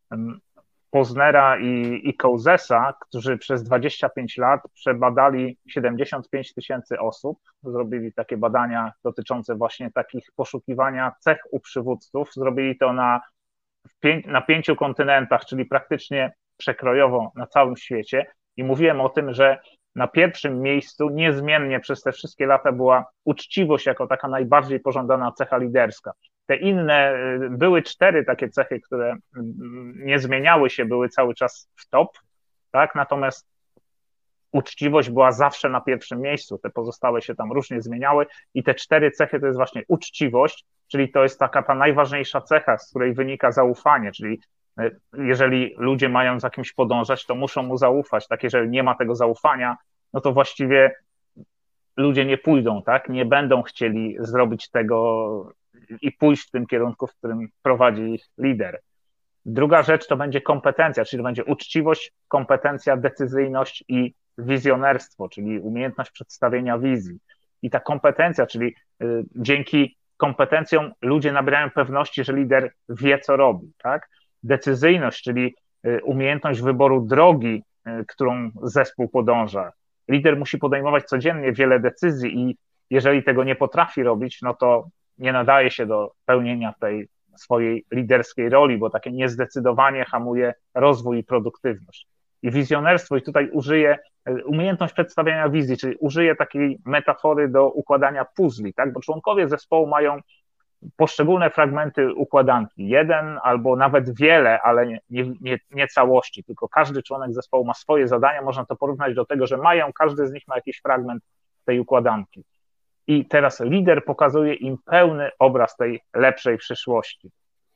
Poznera i, i Kouzesa, którzy przez dwadzieścia pięć lat przebadali siedemdziesiąt pięć tysięcy osób, zrobili takie badania dotyczące właśnie takich poszukiwania cech u przywódców, zrobili to na, pię, na pięciu kontynentach, czyli praktycznie przekrojowo na całym świecie i mówiłem o tym, że na pierwszym miejscu niezmiennie przez te wszystkie lata była uczciwość jako taka najbardziej pożądana cecha liderska. Te inne, były cztery takie cechy, które nie zmieniały się, były cały czas w top, tak? Natomiast uczciwość była zawsze na pierwszym miejscu, te pozostałe się tam różnie zmieniały i te cztery cechy to jest właśnie uczciwość, czyli to jest taka ta najważniejsza cecha, z której wynika zaufanie, czyli jeżeli ludzie mają za kimś podążać, to muszą mu zaufać, tak? Jeżeli nie ma tego zaufania, no to właściwie ludzie nie pójdą, tak? Nie będą chcieli zrobić tego i pójść w tym kierunku, w którym prowadzi ich lider. Druga rzecz to będzie kompetencja, czyli to będzie uczciwość, kompetencja, decyzyjność i wizjonerstwo, czyli umiejętność przedstawienia wizji. I ta kompetencja, czyli y, dzięki kompetencjom ludzie nabierają pewności, że lider wie, co robi, tak? Decyzyjność, czyli y, umiejętność wyboru drogi, y, którą zespół podąża. Lider musi podejmować codziennie wiele decyzji i jeżeli tego nie potrafi robić, no to nie nadaje się do pełnienia tej swojej liderskiej roli, bo takie niezdecydowanie hamuje rozwój i produktywność. I wizjonerstwo, i tutaj użyję umiejętność przedstawiania wizji, czyli użyję takiej metafory do układania puzli, tak? Bo członkowie zespołu mają poszczególne fragmenty układanki, jeden albo nawet wiele, ale nie, nie, nie całości, tylko każdy członek zespołu ma swoje zadania, można to porównać do tego, że mają, każdy z nich ma jakiś fragment tej układanki. I teraz lider pokazuje im pełny obraz tej lepszej przyszłości,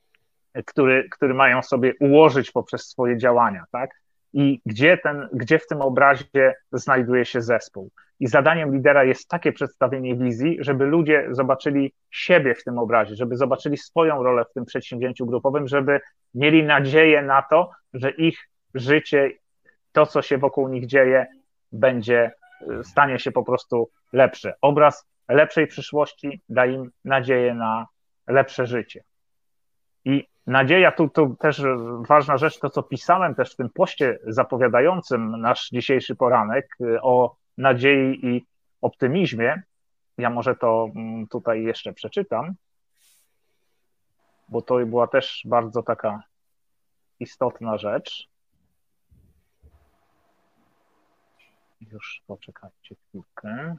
który, który mają sobie ułożyć poprzez swoje działania, tak? I gdzie, ten, gdzie w tym obrazie znajduje się zespół. I zadaniem lidera jest takie przedstawienie wizji, żeby ludzie zobaczyli siebie w tym obrazie, żeby zobaczyli swoją rolę w tym przedsięwzięciu grupowym, żeby mieli nadzieję na to, że ich życie, to co się wokół nich dzieje, będzie, stanie się po prostu lepsze. Obraz lepszej przyszłości da im nadzieję na lepsze życie. I nadzieja, tu, tu też ważna rzecz, to co pisałem też w tym poście zapowiadającym nasz dzisiejszy poranek o nadziei i optymizmie. Ja może to tutaj jeszcze przeczytam, bo to była też bardzo taka istotna rzecz. Już poczekajcie chwilkę.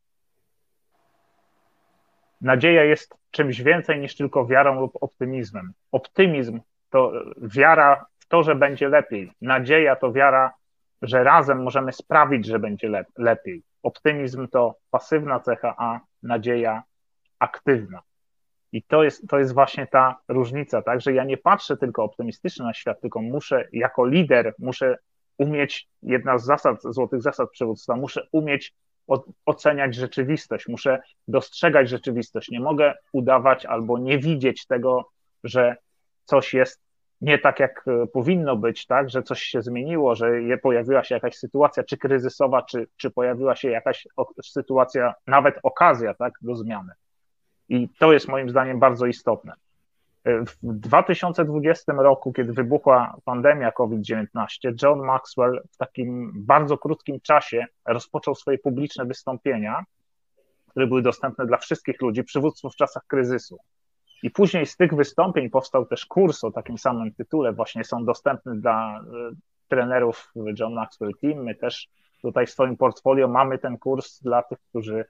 Nadzieja jest czymś więcej niż tylko wiarą lub optymizmem. Optymizm to wiara w to, że będzie lepiej. Nadzieja to wiara, że razem możemy sprawić, że będzie lep- lepiej. Optymizm to pasywna cecha, a nadzieja aktywna. I to jest, to jest właśnie ta różnica, tak, że ja nie patrzę tylko optymistycznie na świat, tylko muszę jako lider, muszę umieć, jedna z zasad, złotych zasad przywództwa, muszę umieć oceniać rzeczywistość, muszę dostrzegać rzeczywistość, nie mogę udawać albo nie widzieć tego, że coś jest nie tak, jak powinno być, tak, że coś się zmieniło, że pojawiła się jakaś sytuacja, czy kryzysowa, czy, czy pojawiła się jakaś sytuacja, nawet okazja, tak, do zmiany. I to jest moim zdaniem bardzo istotne. W dwa tysiące dwudziestym roku, kiedy wybuchła pandemia COVID dziewiętnaście, John Maxwell w takim bardzo krótkim czasie rozpoczął swoje publiczne wystąpienia, które były dostępne dla wszystkich ludzi, przywództwo w czasach kryzysu. I później z tych wystąpień powstał też kurs o takim samym tytule, właśnie są dostępny dla trenerów John Maxwell Team. My też tutaj w swoim portfolio mamy ten kurs dla tych, którzy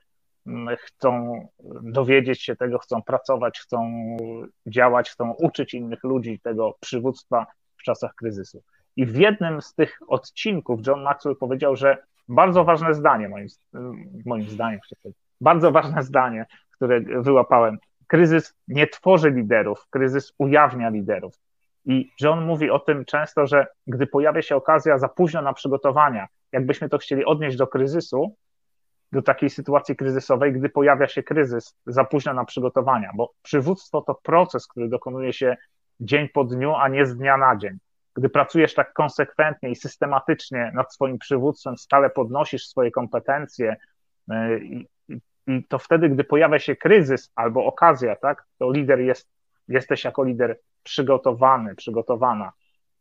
chcą dowiedzieć się tego, chcą pracować, chcą działać, chcą uczyć innych ludzi tego przywództwa w czasach kryzysu. I w jednym z tych odcinków John Maxwell powiedział, że bardzo ważne zdanie, moim, moim zdaniem, bardzo ważne zdanie, które wyłapałem, kryzys nie tworzy liderów, kryzys ujawnia liderów. I John mówi o tym często, że gdy pojawia się okazja za późno na przygotowania, jakbyśmy to chcieli odnieść do kryzysu, do takiej sytuacji kryzysowej, gdy pojawia się kryzys za późno na przygotowania, bo przywództwo to proces, który dokonuje się dzień po dniu, a nie z dnia na dzień. Gdy pracujesz tak konsekwentnie i systematycznie nad swoim przywództwem, stale podnosisz swoje kompetencje i, i to wtedy, gdy pojawia się kryzys albo okazja, tak, to lider jest, jesteś jako lider przygotowany, przygotowana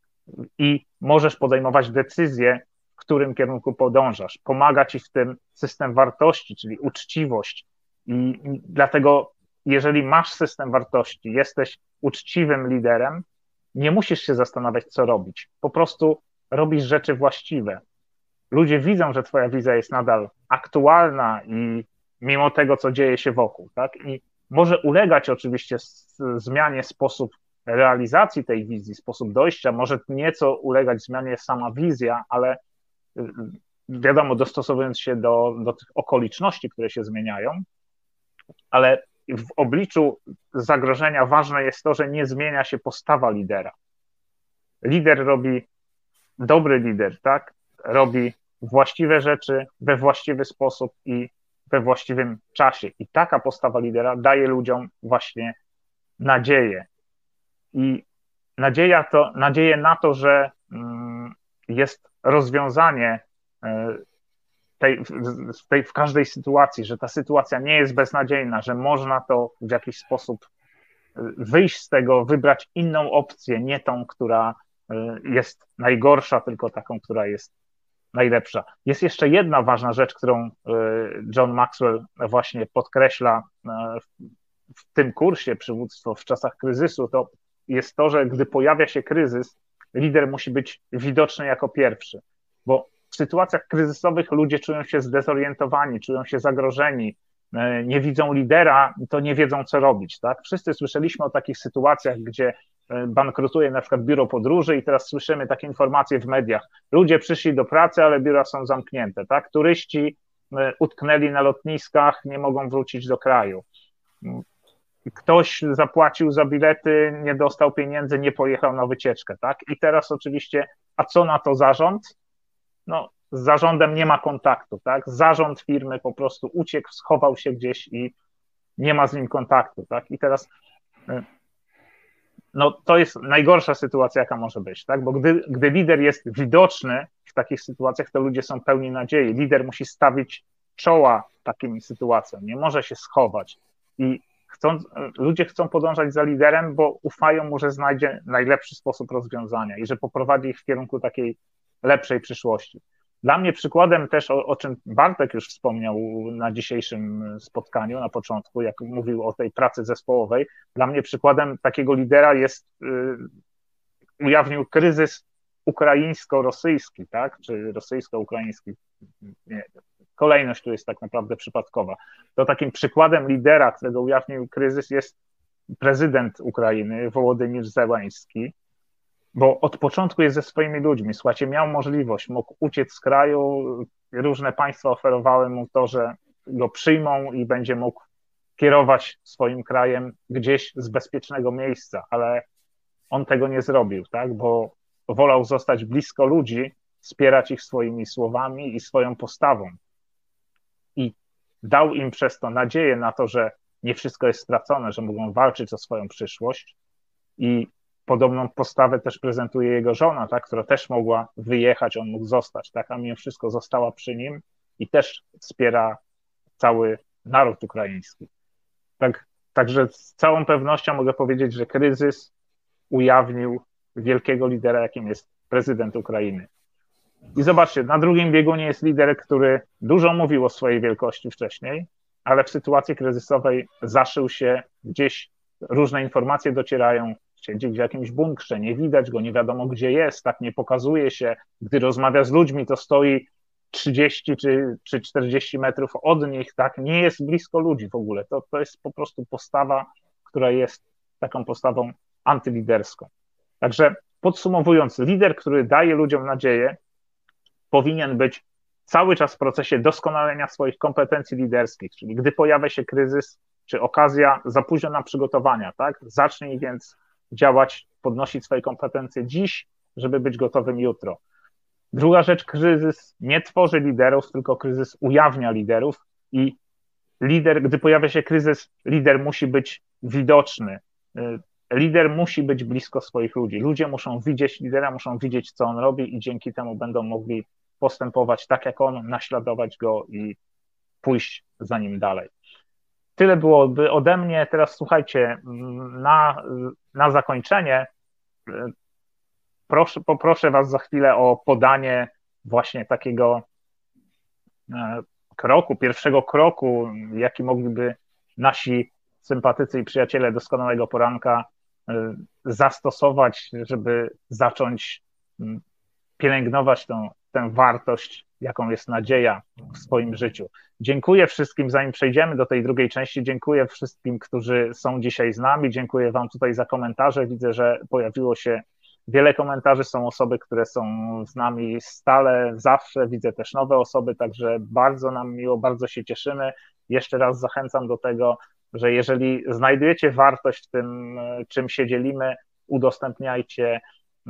i możesz podejmować decyzje, w którym kierunku podążasz. Pomaga ci w tym system wartości, czyli uczciwość. I dlatego, jeżeli masz system wartości, jesteś uczciwym liderem, nie musisz się zastanawiać, co robić. Po prostu robisz rzeczy właściwe. Ludzie widzą, że twoja wizja jest nadal aktualna i mimo tego, co dzieje się wokół, tak? I może ulegać oczywiście zmianie sposób realizacji tej wizji, sposób dojścia, może nieco ulegać zmianie sama wizja, ale wiadomo, dostosowując się do, do tych okoliczności, które się zmieniają, ale w obliczu zagrożenia ważne jest to, że nie zmienia się postawa lidera. Lider robi, dobry lider, tak, robi właściwe rzeczy we właściwy sposób i we właściwym czasie. I taka postawa lidera daje ludziom właśnie nadzieję. I nadzieja to, nadzieję na to, że mm, jest rozwiązanie tej, w, tej, w każdej sytuacji, że ta sytuacja nie jest beznadziejna, że można to w jakiś sposób wyjść z tego, wybrać inną opcję, nie tą, która jest najgorsza, tylko taką, która jest najlepsza. Jest jeszcze jedna ważna rzecz, którą John Maxwell właśnie podkreśla w tym kursie Przywództwo w czasach kryzysu, to jest to, że gdy pojawia się kryzys, lider musi być widoczny jako pierwszy, bo w sytuacjach kryzysowych ludzie czują się zdezorientowani, czują się zagrożeni, nie widzą lidera, to nie wiedzą, co robić, tak? Wszyscy słyszeliśmy o takich sytuacjach, gdzie bankrutuje na przykład biuro podróży i teraz słyszymy takie informacje w mediach. Ludzie przyszli do pracy, ale biura są zamknięte, tak? Turyści utknęli na lotniskach, nie mogą wrócić do kraju. Ktoś zapłacił za bilety, nie dostał pieniędzy, nie pojechał na wycieczkę, tak? I teraz oczywiście, a co na to zarząd? No, z zarządem nie ma kontaktu, tak? Zarząd firmy po prostu uciekł, schował się gdzieś i nie ma z nim kontaktu, tak? I teraz no, to jest najgorsza sytuacja, jaka może być, tak? Bo gdy, gdy lider jest widoczny w takich sytuacjach, to ludzie są pełni nadziei. Lider musi stawić czoła takim sytuacjom, nie może się schować. I chcą, ludzie chcą podążać za liderem, bo ufają mu, że znajdzie najlepszy sposób rozwiązania i że poprowadzi ich w kierunku takiej lepszej przyszłości. Dla mnie przykładem też, o, o czym Bartek już wspomniał na dzisiejszym spotkaniu, na początku, jak mówił o tej pracy zespołowej, dla mnie przykładem takiego lidera jest, y, ujawnił kryzys ukraińsko-rosyjski, tak, czy rosyjsko-ukraiński, nie, kolejność tu jest tak naprawdę przypadkowa. To takim przykładem lidera, którego ujawnił kryzys, jest prezydent Ukrainy, Wołodymyr Zełański, bo od początku jest ze swoimi ludźmi. Słuchajcie, miał możliwość, mógł uciec z kraju, różne państwa oferowały mu to, że go przyjmą i będzie mógł kierować swoim krajem gdzieś z bezpiecznego miejsca, ale on tego nie zrobił, tak, bo wolał zostać blisko ludzi, wspierać ich swoimi słowami i swoją postawą. I dał im przez to nadzieję na to, że nie wszystko jest stracone, że mogą walczyć o swoją przyszłość. I podobną postawę też prezentuje jego żona, tak, która też mogła wyjechać, on mógł zostać, tak, a mimo wszystko została przy nim i też wspiera cały naród ukraiński. Tak, także z całą pewnością mogę powiedzieć, że kryzys ujawnił wielkiego lidera, jakim jest prezydent Ukrainy. I zobaczcie, na drugim biegunie jest lider, który dużo mówił o swojej wielkości wcześniej, ale w sytuacji kryzysowej zaszył się gdzieś różne informacje docierają, siedzi w jakimś bunkrze, nie widać go, nie wiadomo gdzie jest, tak nie pokazuje się, gdy rozmawia z ludźmi, to stoi trzydzieści czy, czy czterdzieści metrów od nich, tak, nie jest blisko ludzi w ogóle, to, to jest po prostu postawa, która jest taką postawą antyliderską. Także podsumowując, lider, który daje ludziom nadzieję, powinien być cały czas w procesie doskonalenia swoich kompetencji liderskich, czyli gdy pojawia się kryzys czy okazja, za późno na przygotowania, tak? Zacznij więc działać, podnosić swoje kompetencje dziś, żeby być gotowym jutro. Druga rzecz, kryzys nie tworzy liderów, tylko kryzys ujawnia liderów i lider, gdy pojawia się kryzys, lider musi być widoczny. Lider musi być blisko swoich ludzi. Ludzie muszą widzieć lidera, muszą widzieć, co on robi i dzięki temu będą mogli postępować tak jak on, naśladować go i pójść za nim dalej. Tyle byłoby ode mnie. Teraz słuchajcie, na, na zakończenie proszę, poproszę was za chwilę o podanie właśnie takiego kroku, pierwszego kroku, jaki mogliby nasi sympatycy i przyjaciele Doskonałego Poranka zastosować, żeby zacząć pielęgnować tą, tę wartość, jaką jest nadzieja w swoim życiu. Dziękuję wszystkim, zanim przejdziemy do tej drugiej części, dziękuję wszystkim, którzy są dzisiaj z nami, dziękuję wam tutaj za komentarze, widzę, że pojawiło się wiele komentarzy, są osoby, które są z nami stale, zawsze, widzę też nowe osoby, także bardzo nam miło, bardzo się cieszymy. Jeszcze raz zachęcam do tego, że jeżeli znajdujecie wartość w tym, czym się dzielimy, udostępniajcie,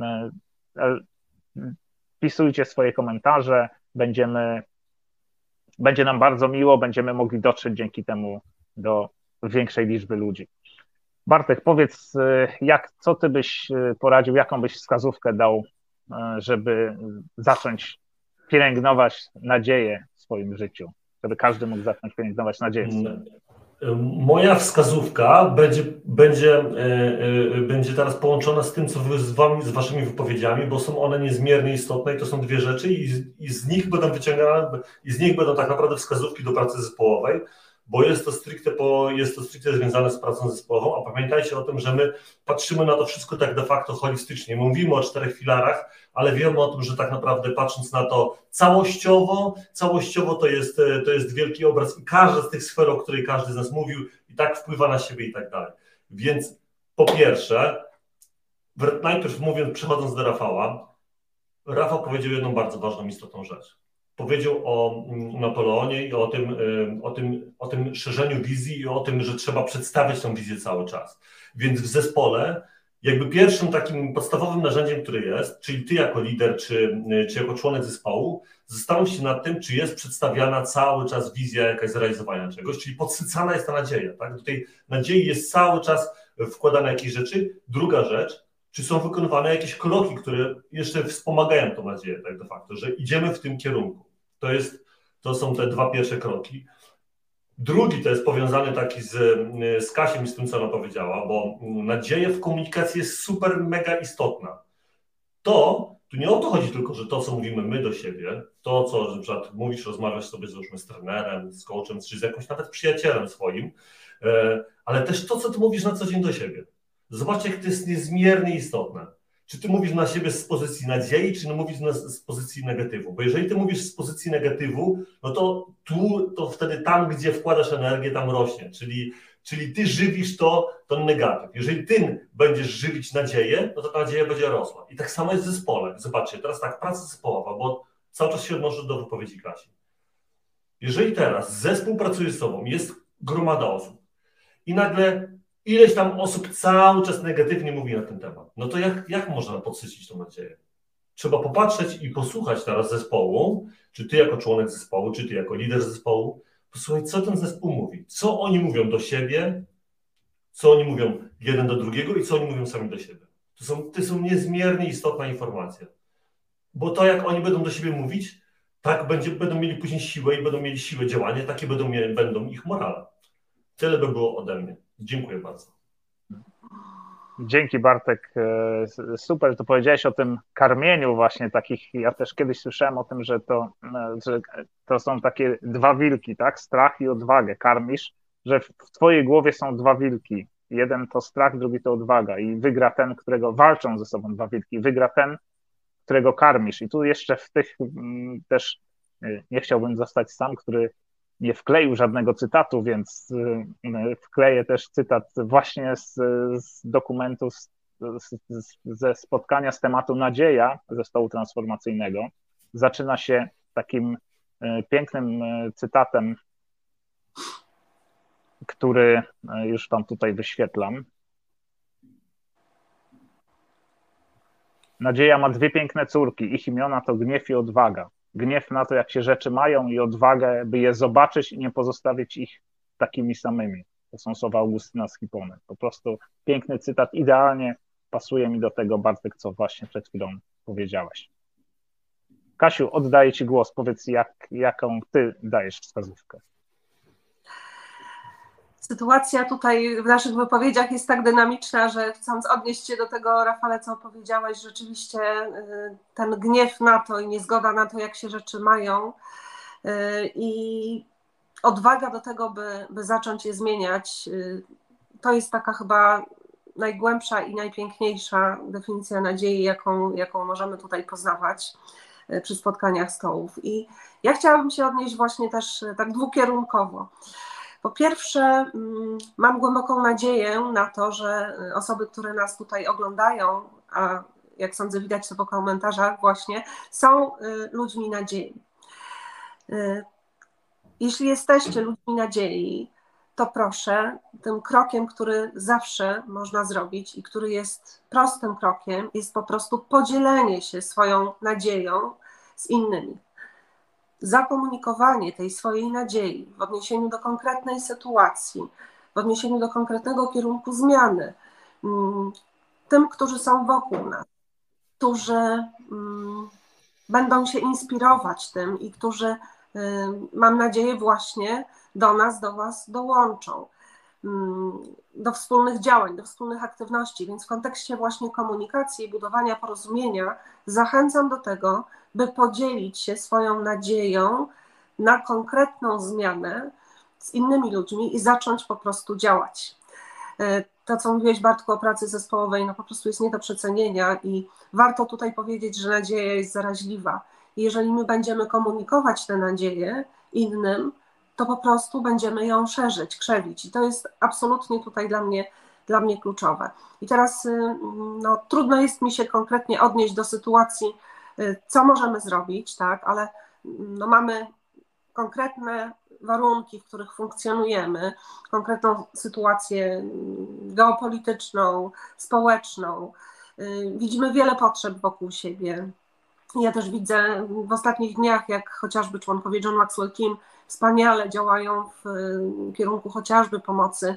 wpisujcie swoje komentarze, będziemy, będzie nam bardzo miło, będziemy mogli dotrzeć dzięki temu do większej liczby ludzi. Bartek, powiedz, jak, co ty byś poradził, jaką byś wskazówkę dał, żeby zacząć pielęgnować nadzieję w swoim życiu, żeby każdy mógł zacząć pielęgnować nadzieję w swoim życiu? Moja wskazówka będzie, będzie, będzie teraz połączona z tym, co wy z wami, z waszymi wypowiedziami, bo są one niezmiernie istotne i to są dwie rzeczy i, i z nich będą wyciągane, i z nich będą tak naprawdę wskazówki do pracy zespołowej, bo jest to stricte, po, jest to stricte związane z pracą zespołową, a pamiętajcie o tym, że my patrzymy na to wszystko tak de facto holistycznie. Mówimy o czterech filarach, ale wiemy o tym, że tak naprawdę patrząc na to całościowo, całościowo to jest, to jest wielki obraz i każda z tych sfer, o której każdy z nas mówił, i tak wpływa na siebie i tak dalej. Więc po pierwsze, najpierw mówiąc, przechodząc do Rafała, Rafał powiedział jedną bardzo ważną, istotną rzecz. Powiedział o Napoleonie i o tym, o tym, o tym szerzeniu wizji i o tym, że trzeba przedstawiać tę wizję cały czas. Więc w zespole jakby pierwszym takim podstawowym narzędziem, które jest, czyli ty jako lider, czy, czy jako członek zespołu, zastanów się nad tym, czy jest przedstawiana cały czas wizja jakaś zrealizowania czegoś, czyli podsycana jest ta nadzieja. Tak? Do tej nadziei jest cały czas wkładane jakieś rzeczy. Druga rzecz, czy są wykonywane jakieś kroki, które jeszcze wspomagają tą nadzieję, tak de facto, że idziemy w tym kierunku. To, jest, to są te dwa pierwsze kroki. Drugi to jest powiązany taki z, z Kasiem i z tym, co ona powiedziała, bo nadzieja w komunikacji jest super, mega istotna. To, tu nie o to chodzi tylko, że to, co mówimy my do siebie, to, co na przykład mówisz, rozmawiasz sobie załóżmy z trenerem, z coachem, czy z jakimś nawet przyjacielem swoim, ale też to, co ty mówisz na co dzień do siebie. Zobaczcie, jak to jest niezmiernie istotne. Czy ty mówisz na siebie z pozycji nadziei, czy mówisz na, z pozycji negatywu? Bo jeżeli ty mówisz z pozycji negatywu, no to tu, to wtedy tam, gdzie wkładasz energię, tam rośnie. Czyli, czyli ty żywisz to, ten negatyw. Jeżeli ty będziesz żywić nadzieję, no to ta nadzieja będzie rosła. I tak samo jest w zespole. Zobaczcie, teraz tak, praca zespołowa, bo cały czas się odnoszę do wypowiedzi Kasi. Jeżeli teraz zespół pracuje z sobą, jest gromada osób i nagle ileś tam osób cały czas negatywnie mówi na ten temat. No to jak, jak można podsycić tą nadzieję? Trzeba popatrzeć i posłuchać teraz zespołu, czy ty jako członek zespołu, czy ty jako lider zespołu, posłuchaj, co ten zespół mówi, co oni mówią do siebie, co oni mówią jeden do drugiego i co oni mówią sami do siebie. To są, to są niezmiernie istotna informacja. Bo to, jak oni będą do siebie mówić, tak będzie, będą mieli później siłę i będą mieli siłę działania, takie będą, mieli, będą ich morale. Tyle by było ode mnie. Dziękuję bardzo. Dzięki, Bartek. Super, to powiedziałeś o tym karmieniu właśnie takich, ja też kiedyś słyszałem o tym, że to, że to są takie dwa wilki, tak? Strach i odwagę. Karmisz, że w twojej głowie są dwa wilki. Jeden to strach, drugi to odwaga i wygra ten, którego walczą ze sobą dwa wilki, wygra ten, którego karmisz. I tu jeszcze w tych też nie chciałbym zostać sam, który nie wkleił żadnego cytatu, więc wkleję też cytat właśnie z, z dokumentu, z, z, ze spotkania z tematu Nadzieja ze stołu transformacyjnego. Zaczyna się takim pięknym cytatem, który już Wam tutaj wyświetlam. Nadzieja ma dwie piękne córki, ich imiona to Gniew i Odwaga. Gniew na to, jak się rzeczy mają, i odwagę, by je zobaczyć i nie pozostawić ich takimi samymi. To są słowa Augustyna z Hipony. Po prostu piękny cytat, idealnie pasuje mi do tego, Bartek, co właśnie przed chwilą powiedziałeś. Kasiu, oddaję Ci głos. Powiedz, jak, jaką Ty dajesz wskazówkę. Sytuacja tutaj w naszych wypowiedziach jest tak dynamiczna, że chcąc odnieść się do tego, Rafale, co powiedziałeś, rzeczywiście ten gniew na to i niezgoda na to, jak się rzeczy mają, i odwaga do tego, by, by zacząć je zmieniać, to jest taka chyba najgłębsza i najpiękniejsza definicja nadziei, jaką, jaką możemy tutaj poznawać przy spotkaniach stołów. I ja chciałabym się odnieść właśnie też tak dwukierunkowo. Po pierwsze, mam głęboką nadzieję na to, że osoby, które nas tutaj oglądają, a jak sądzę widać to po komentarzach właśnie, są ludźmi nadziei. Jeśli jesteście ludźmi nadziei, to proszę, tym krokiem, który zawsze można zrobić i który jest prostym krokiem, jest po prostu podzielenie się swoją nadzieją z innymi. Zakomunikowanie tej swojej nadziei w odniesieniu do konkretnej sytuacji, w odniesieniu do konkretnego kierunku zmiany, tym, którzy są wokół nas, którzy będą się inspirować tym i którzy, mam nadzieję, właśnie do nas, do Was dołączą, do wspólnych działań, do wspólnych aktywności. Więc w kontekście właśnie komunikacji i budowania porozumienia zachęcam do tego, by podzielić się swoją nadzieją na konkretną zmianę z innymi ludźmi i zacząć po prostu działać. To, co mówiłeś, Bartku, o pracy zespołowej, no po prostu jest nie do przecenienia i warto tutaj powiedzieć, że nadzieja jest zaraźliwa. I jeżeli my będziemy komunikować tę nadzieję innym, to po prostu będziemy ją szerzyć, krzewić. I to jest absolutnie tutaj dla mnie, dla mnie kluczowe. I teraz no, trudno jest mi się konkretnie odnieść do sytuacji, co możemy zrobić, tak, ale no, mamy konkretne warunki, w których funkcjonujemy, konkretną sytuację geopolityczną, społeczną. Widzimy wiele potrzeb wokół siebie. Ja też widzę w ostatnich dniach, jak chociażby członkowie John Maxwell Kim wspaniale działają w kierunku chociażby pomocy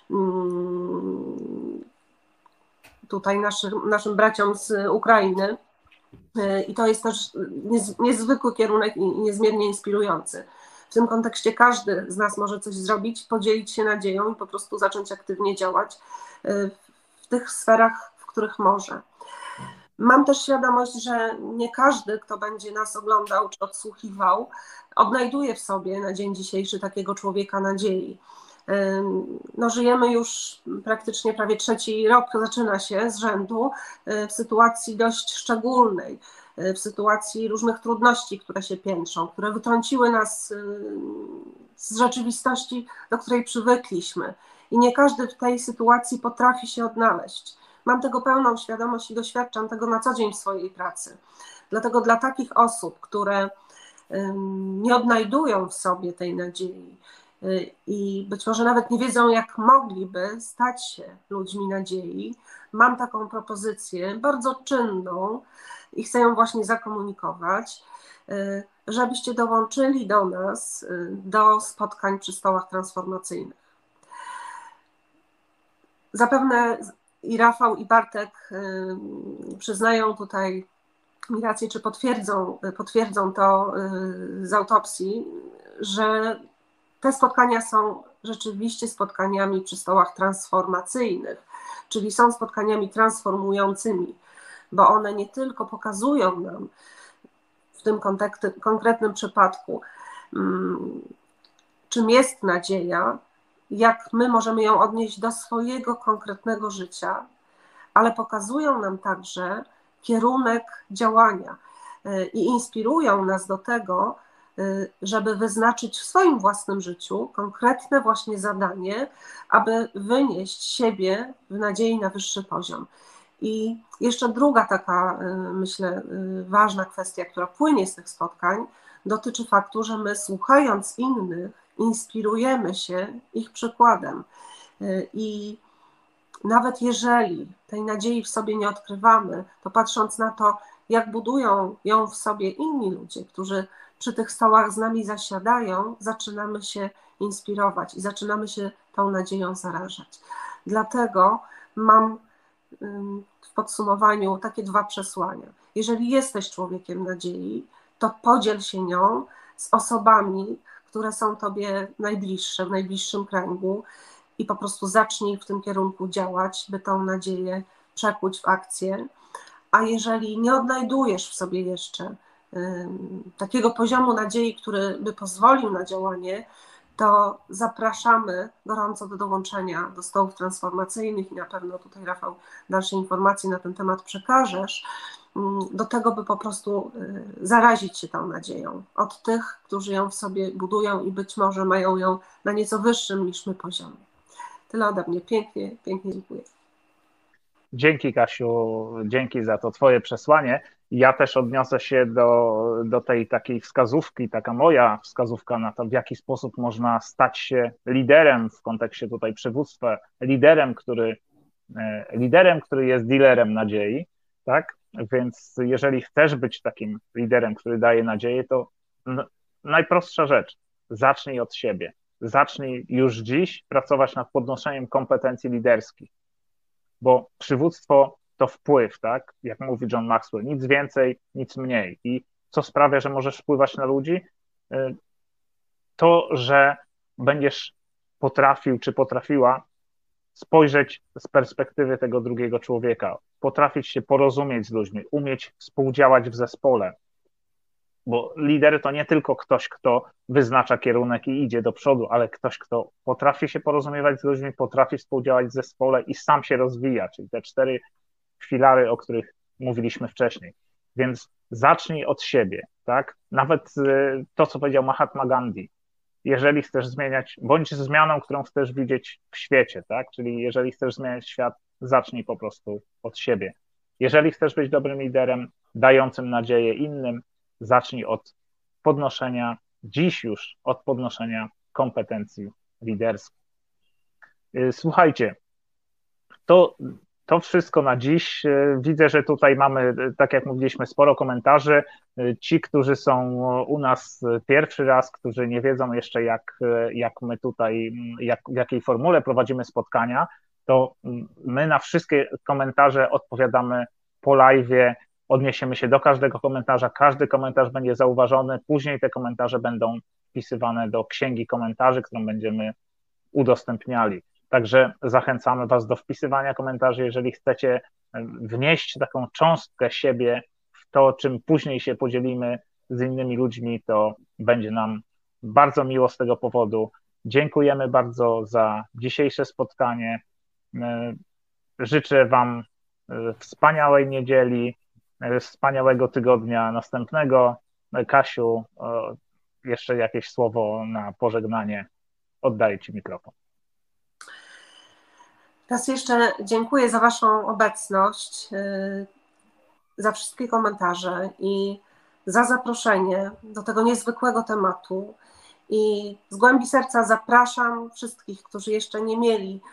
tutaj naszym, naszym braciom z Ukrainy. I to jest też niezwykły kierunek i niezmiernie inspirujący. W tym kontekście każdy z nas może coś zrobić, podzielić się nadzieją i po prostu zacząć aktywnie działać w tych sferach, w których może. Mam też świadomość, że nie każdy, kto będzie nas oglądał czy odsłuchiwał, odnajduje w sobie na dzień dzisiejszy takiego człowieka nadziei. No, żyjemy już praktycznie prawie trzeci rok, zaczyna się z rzędu, w sytuacji dość szczególnej, w sytuacji różnych trudności, które się piętrzą, które wytrąciły nas z rzeczywistości, do której przywykliśmy. I nie każdy w tej sytuacji potrafi się odnaleźć. Mam tego pełną świadomość i doświadczam tego na co dzień w swojej pracy. Dlatego dla takich osób, które nie odnajdują w sobie tej nadziei i być może nawet nie wiedzą, jak mogliby stać się ludźmi nadziei, mam taką propozycję bardzo czynną i chcę ją właśnie zakomunikować, żebyście dołączyli do nas do spotkań przy stołach transformacyjnych. Zapewne i Rafał, i Bartek przyznają tutaj mi rację, czy potwierdzą, potwierdzą to z autopsji, że te spotkania są rzeczywiście spotkaniami przy stołach transformacyjnych, czyli są spotkaniami transformującymi, bo one nie tylko pokazują nam w tym konkretnym przypadku, czym jest nadzieja jak my możemy ją odnieść do swojego konkretnego życia, ale pokazują nam także kierunek działania i inspirują nas do tego, żeby wyznaczyć w swoim własnym życiu konkretne właśnie zadanie, aby wynieść siebie w nadziei na wyższy poziom. I jeszcze druga taka, myślę, ważna kwestia, która płynie z tych spotkań, dotyczy faktu, że my, słuchając innych, inspirujemy się ich przykładem. I nawet jeżeli tej nadziei w sobie nie odkrywamy, to patrząc na to, jak budują ją w sobie inni ludzie, którzy przy tych stołach z nami zasiadają, zaczynamy się inspirować i zaczynamy się tą nadzieją zarażać. Dlatego mam w podsumowaniu takie dwa przesłania. Jeżeli jesteś człowiekiem nadziei, to podziel się nią z osobami, które są tobie najbliższe, w najbliższym kręgu i po prostu zacznij w tym kierunku działać, by tą nadzieję przekuć w akcję. A jeżeli nie odnajdujesz w sobie jeszcze takiego poziomu nadziei, który by pozwolił na działanie, to zapraszamy gorąco do dołączenia do stołów transformacyjnych i na pewno tutaj, Rafał, dalsze informacje na ten temat przekażesz, do tego, by po prostu zarazić się tą nadzieją od tych, którzy ją w sobie budują i być może mają ją na nieco wyższym niż my poziomie. Tyle ode mnie. Pięknie, pięknie dziękuję. Dzięki, Kasiu, dzięki za to twoje przesłanie. Ja też odniosę się do, do tej takiej wskazówki, taka moja wskazówka na to, w jaki sposób można stać się liderem w kontekście tutaj przywództwa, liderem, który, liderem, który jest dealerem nadziei, tak? Więc jeżeli chcesz być takim liderem, który daje nadzieję, to najprostsza rzecz, zacznij od siebie. Zacznij już dziś pracować nad podnoszeniem kompetencji liderskich, bo przywództwo to wpływ, tak? Jak mówi John Maxwell, nic więcej, nic mniej. I co sprawia, że możesz wpływać na ludzi? To, że będziesz potrafił czy potrafiła spojrzeć z perspektywy tego drugiego człowieka, potrafić się porozumieć z ludźmi, umieć współdziałać w zespole, bo lider to nie tylko ktoś, kto wyznacza kierunek i idzie do przodu, ale ktoś, kto potrafi się porozumiewać z ludźmi, potrafi współdziałać w zespole i sam się rozwija, czyli te cztery filary, o których mówiliśmy wcześniej. Więc zacznij od siebie, tak? Nawet to, co powiedział Mahatma Gandhi. Jeżeli chcesz zmieniać, bądź zmianą, którą chcesz widzieć w świecie, tak? Czyli jeżeli chcesz zmieniać świat, zacznij po prostu od siebie. Jeżeli chcesz być dobrym liderem, dającym nadzieję innym, zacznij od podnoszenia, dziś już od podnoszenia kompetencji liderskich. Słuchajcie, to, to wszystko na dziś. Widzę, że tutaj mamy, tak jak mówiliśmy, sporo komentarzy. Ci, którzy są u nas pierwszy raz, którzy nie wiedzą jeszcze, jak, jak my tutaj, jak, w jakiej formule prowadzimy spotkania, to my na wszystkie komentarze odpowiadamy po live'ie, odniesiemy się do każdego komentarza, każdy komentarz będzie zauważony, później te komentarze będą wpisywane do księgi komentarzy, którą będziemy udostępniali. Także zachęcamy Was do wpisywania komentarzy, jeżeli chcecie wnieść taką cząstkę siebie w to, czym później się podzielimy z innymi ludźmi, to będzie nam bardzo miło z tego powodu. Dziękujemy bardzo za dzisiejsze spotkanie. Życzę Wam wspaniałej niedzieli, wspaniałego tygodnia następnego. Kasiu, jeszcze jakieś słowo na pożegnanie. Oddaję Ci mikrofon. Raz jeszcze dziękuję za Waszą obecność, za wszystkie komentarze i za zaproszenie do tego niezwykłego tematu. I z głębi serca zapraszam wszystkich, którzy jeszcze nie mieli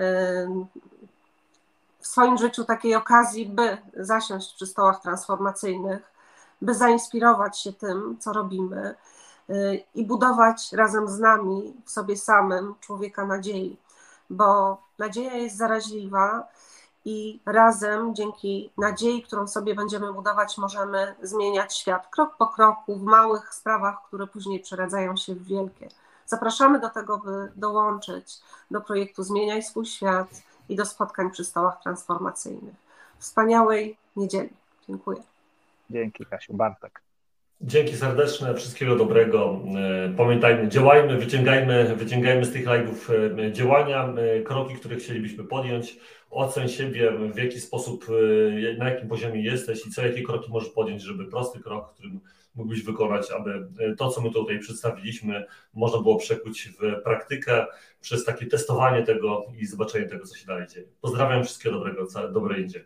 w swoim życiu takiej okazji, by zasiąść przy stołach transformacyjnych, by zainspirować się tym, co robimy i budować razem z nami w sobie samym człowieka nadziei, bo nadzieja jest zaraźliwa i razem dzięki nadziei, którą sobie będziemy budować, możemy zmieniać świat krok po kroku w małych sprawach, które później przeradzają się w wielkie. Zapraszamy do tego, by dołączyć do projektu Zmieniaj swój świat i do spotkań przy stołach transformacyjnych. Wspaniałej niedzieli. Dziękuję. Dzięki, Kasiu. Bartek. Dzięki serdeczne, wszystkiego dobrego. Pamiętajmy, działajmy, wyciągajmy, wyciągajmy z tych live'ów działania, kroki, które chcielibyśmy podjąć. Oceń siebie, w jaki sposób, na jakim poziomie jesteś i co, jakie kroki możesz podjąć, żeby prosty krok, którym mógłbyś wykonać, aby to, co my tutaj przedstawiliśmy, można było przekuć w praktykę przez takie testowanie tego i zobaczenie tego, co się dalej dzieje. Pozdrawiam, wszystkiego dobrego, dobrej niedzieli.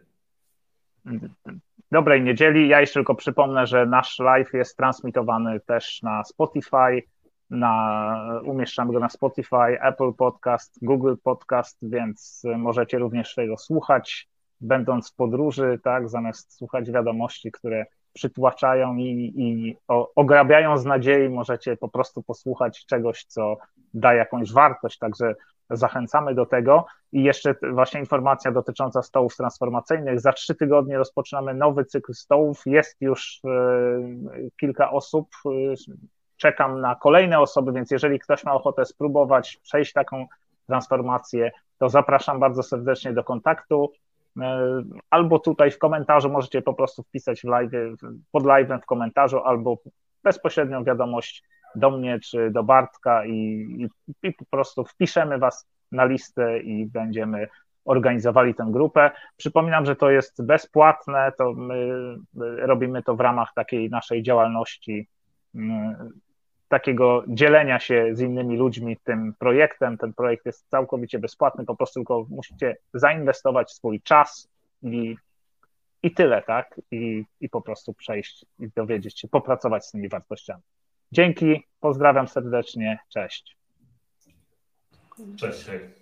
Dobrej niedzieli. Ja jeszcze tylko przypomnę, że nasz live jest transmitowany też na Spotify, na, umieszczamy go na Spotify, Apple Podcast, Google Podcast, więc możecie również tego słuchać, będąc w podróży, tak, zamiast słuchać wiadomości, które przytłaczają i, i o, ograbiają z nadziei, możecie po prostu posłuchać czegoś, co da jakąś wartość, także zachęcamy do tego. I jeszcze właśnie informacja dotycząca stołów transformacyjnych. Za trzy tygodnie rozpoczynamy nowy cykl stołów. Jest już y, kilka osób. Y, czekam na kolejne osoby, więc jeżeli ktoś ma ochotę spróbować przejść taką transformację, to zapraszam bardzo serdecznie do kontaktu. Y, albo tutaj w komentarzu możecie po prostu wpisać w live, pod live'em w komentarzu, albo bezpośrednią wiadomość do mnie czy do Bartka i, i, i po prostu wpiszemy was na listę i będziemy organizowali tę grupę. Przypominam, że to jest bezpłatne, to my robimy to w ramach takiej naszej działalności, takiego dzielenia się z innymi ludźmi tym projektem. Ten projekt jest całkowicie bezpłatny, po prostu tylko musicie zainwestować swój czas i, i tyle, tak? I, i po prostu przejść i dowiedzieć się, popracować z tymi wartościami. Dzięki, pozdrawiam serdecznie, cześć. Cześć, hej.